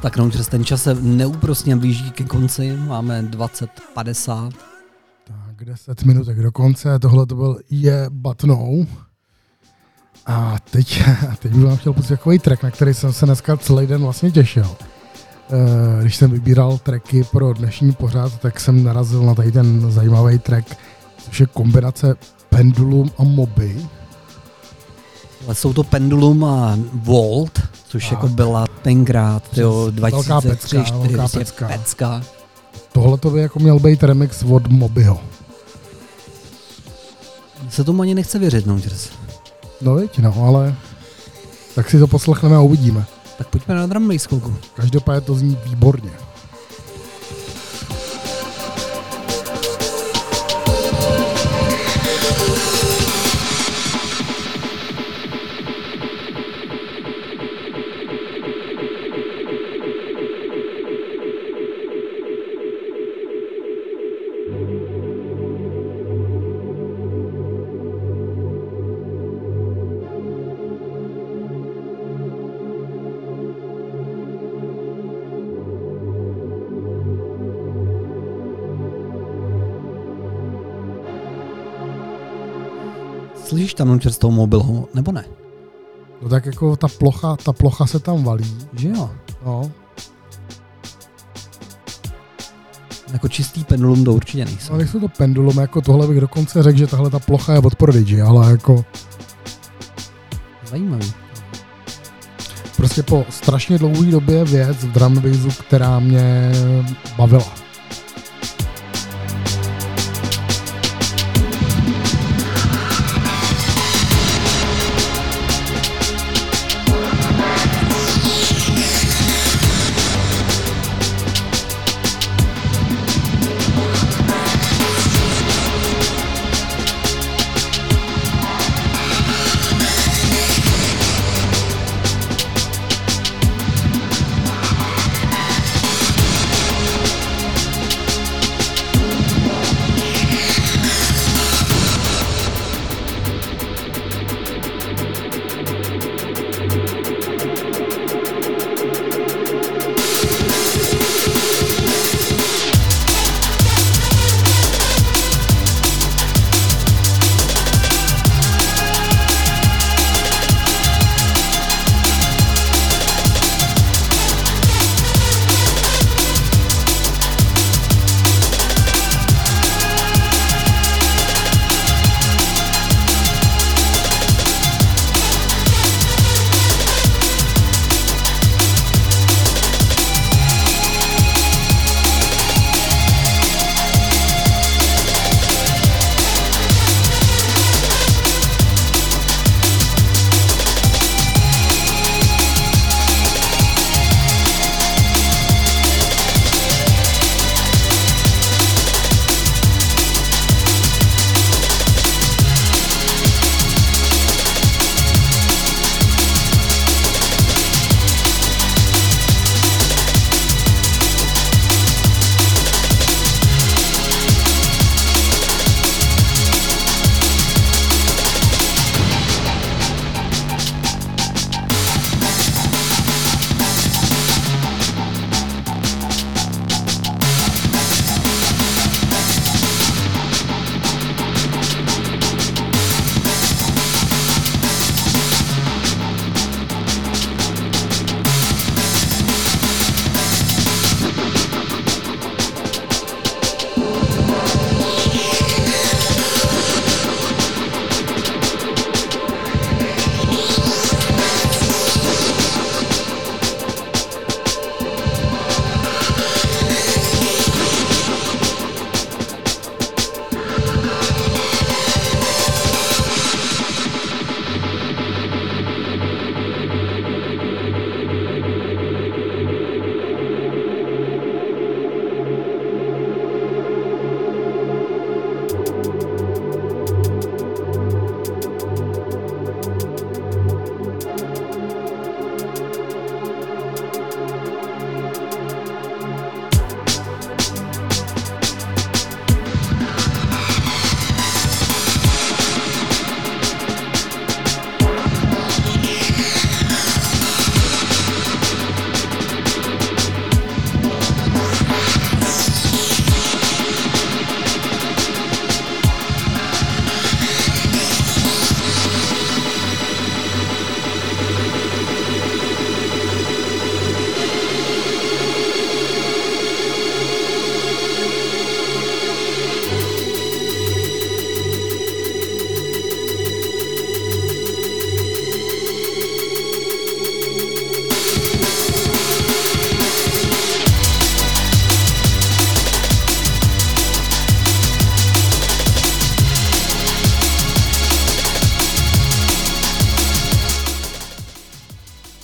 Tak no, ten čas se neúprosně blíží ke konci, máme 20:50. Tak 10 minutek do konce, tohle to byl Je Batnou. A teď bych vám chtěl pustit takový track, na který jsem se dneska celý den vlastně těšil. Když jsem vybíral tracky pro dnešní pořad, tak jsem narazil na tady ten zajímavý track, což je kombinace Pendulum a Moby. Ale jsou to Pendulum a Volt, což jako byla tenkrát, 2003, 2004 pecka. Tohle to by jako měl být remix od Mobyho. Se tomu ani nechce věřit, no. No viď, no, ale tak si to poslechneme a uvidíme. Tak pojďme na drum and bass chvilku. Každopádně to zní výborně. Slyšíš tam z toho mobilu, nebo ne? No tak jako ta plocha se tam valí. Že jo? No. Jako čistý Pendulum to určitě nejsou. No nejsou to Pendulum, jako tohle bych dokonce řekl, že tahle ta plocha je od Prodigy, ale jako... Zajímavý. Prostě po strašně dlouhé době věc v drum and bassu, která mě bavila.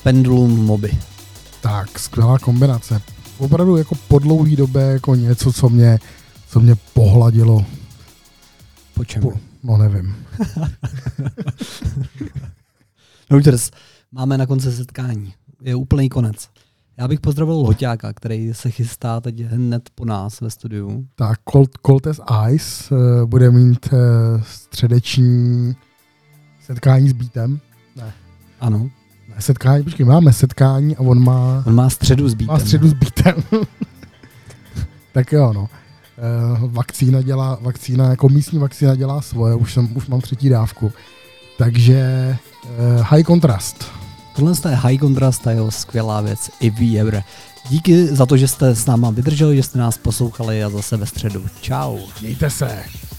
Pendulum Moby. Tak, skvělá kombinace. Opravdu jako po dlouhý době jako něco, co mě pohladilo. Po čem? No nevím. Nouters, máme na konci setkání. Je úplný konec. Já bych pozdravil Loťáka, který se chystá teď hned po nás ve studiu. Tak, Cold as Ice bude mít středeční setkání s Beatem. Ne. Ano. Setkání, počkej, máme setkání a on má středu s Beatem. Má středu s Beatem. Tak jo, no. Vakcína, jako místní vakcína dělá svoje, už mám 3. dávku. Takže High Contrast. Tohle je High Contrast a jeho skvělá věc If We Ever. Díky za to, že jste s náma vydrželi, že jste nás poslouchali a zase ve středu. Čau. Mějte se.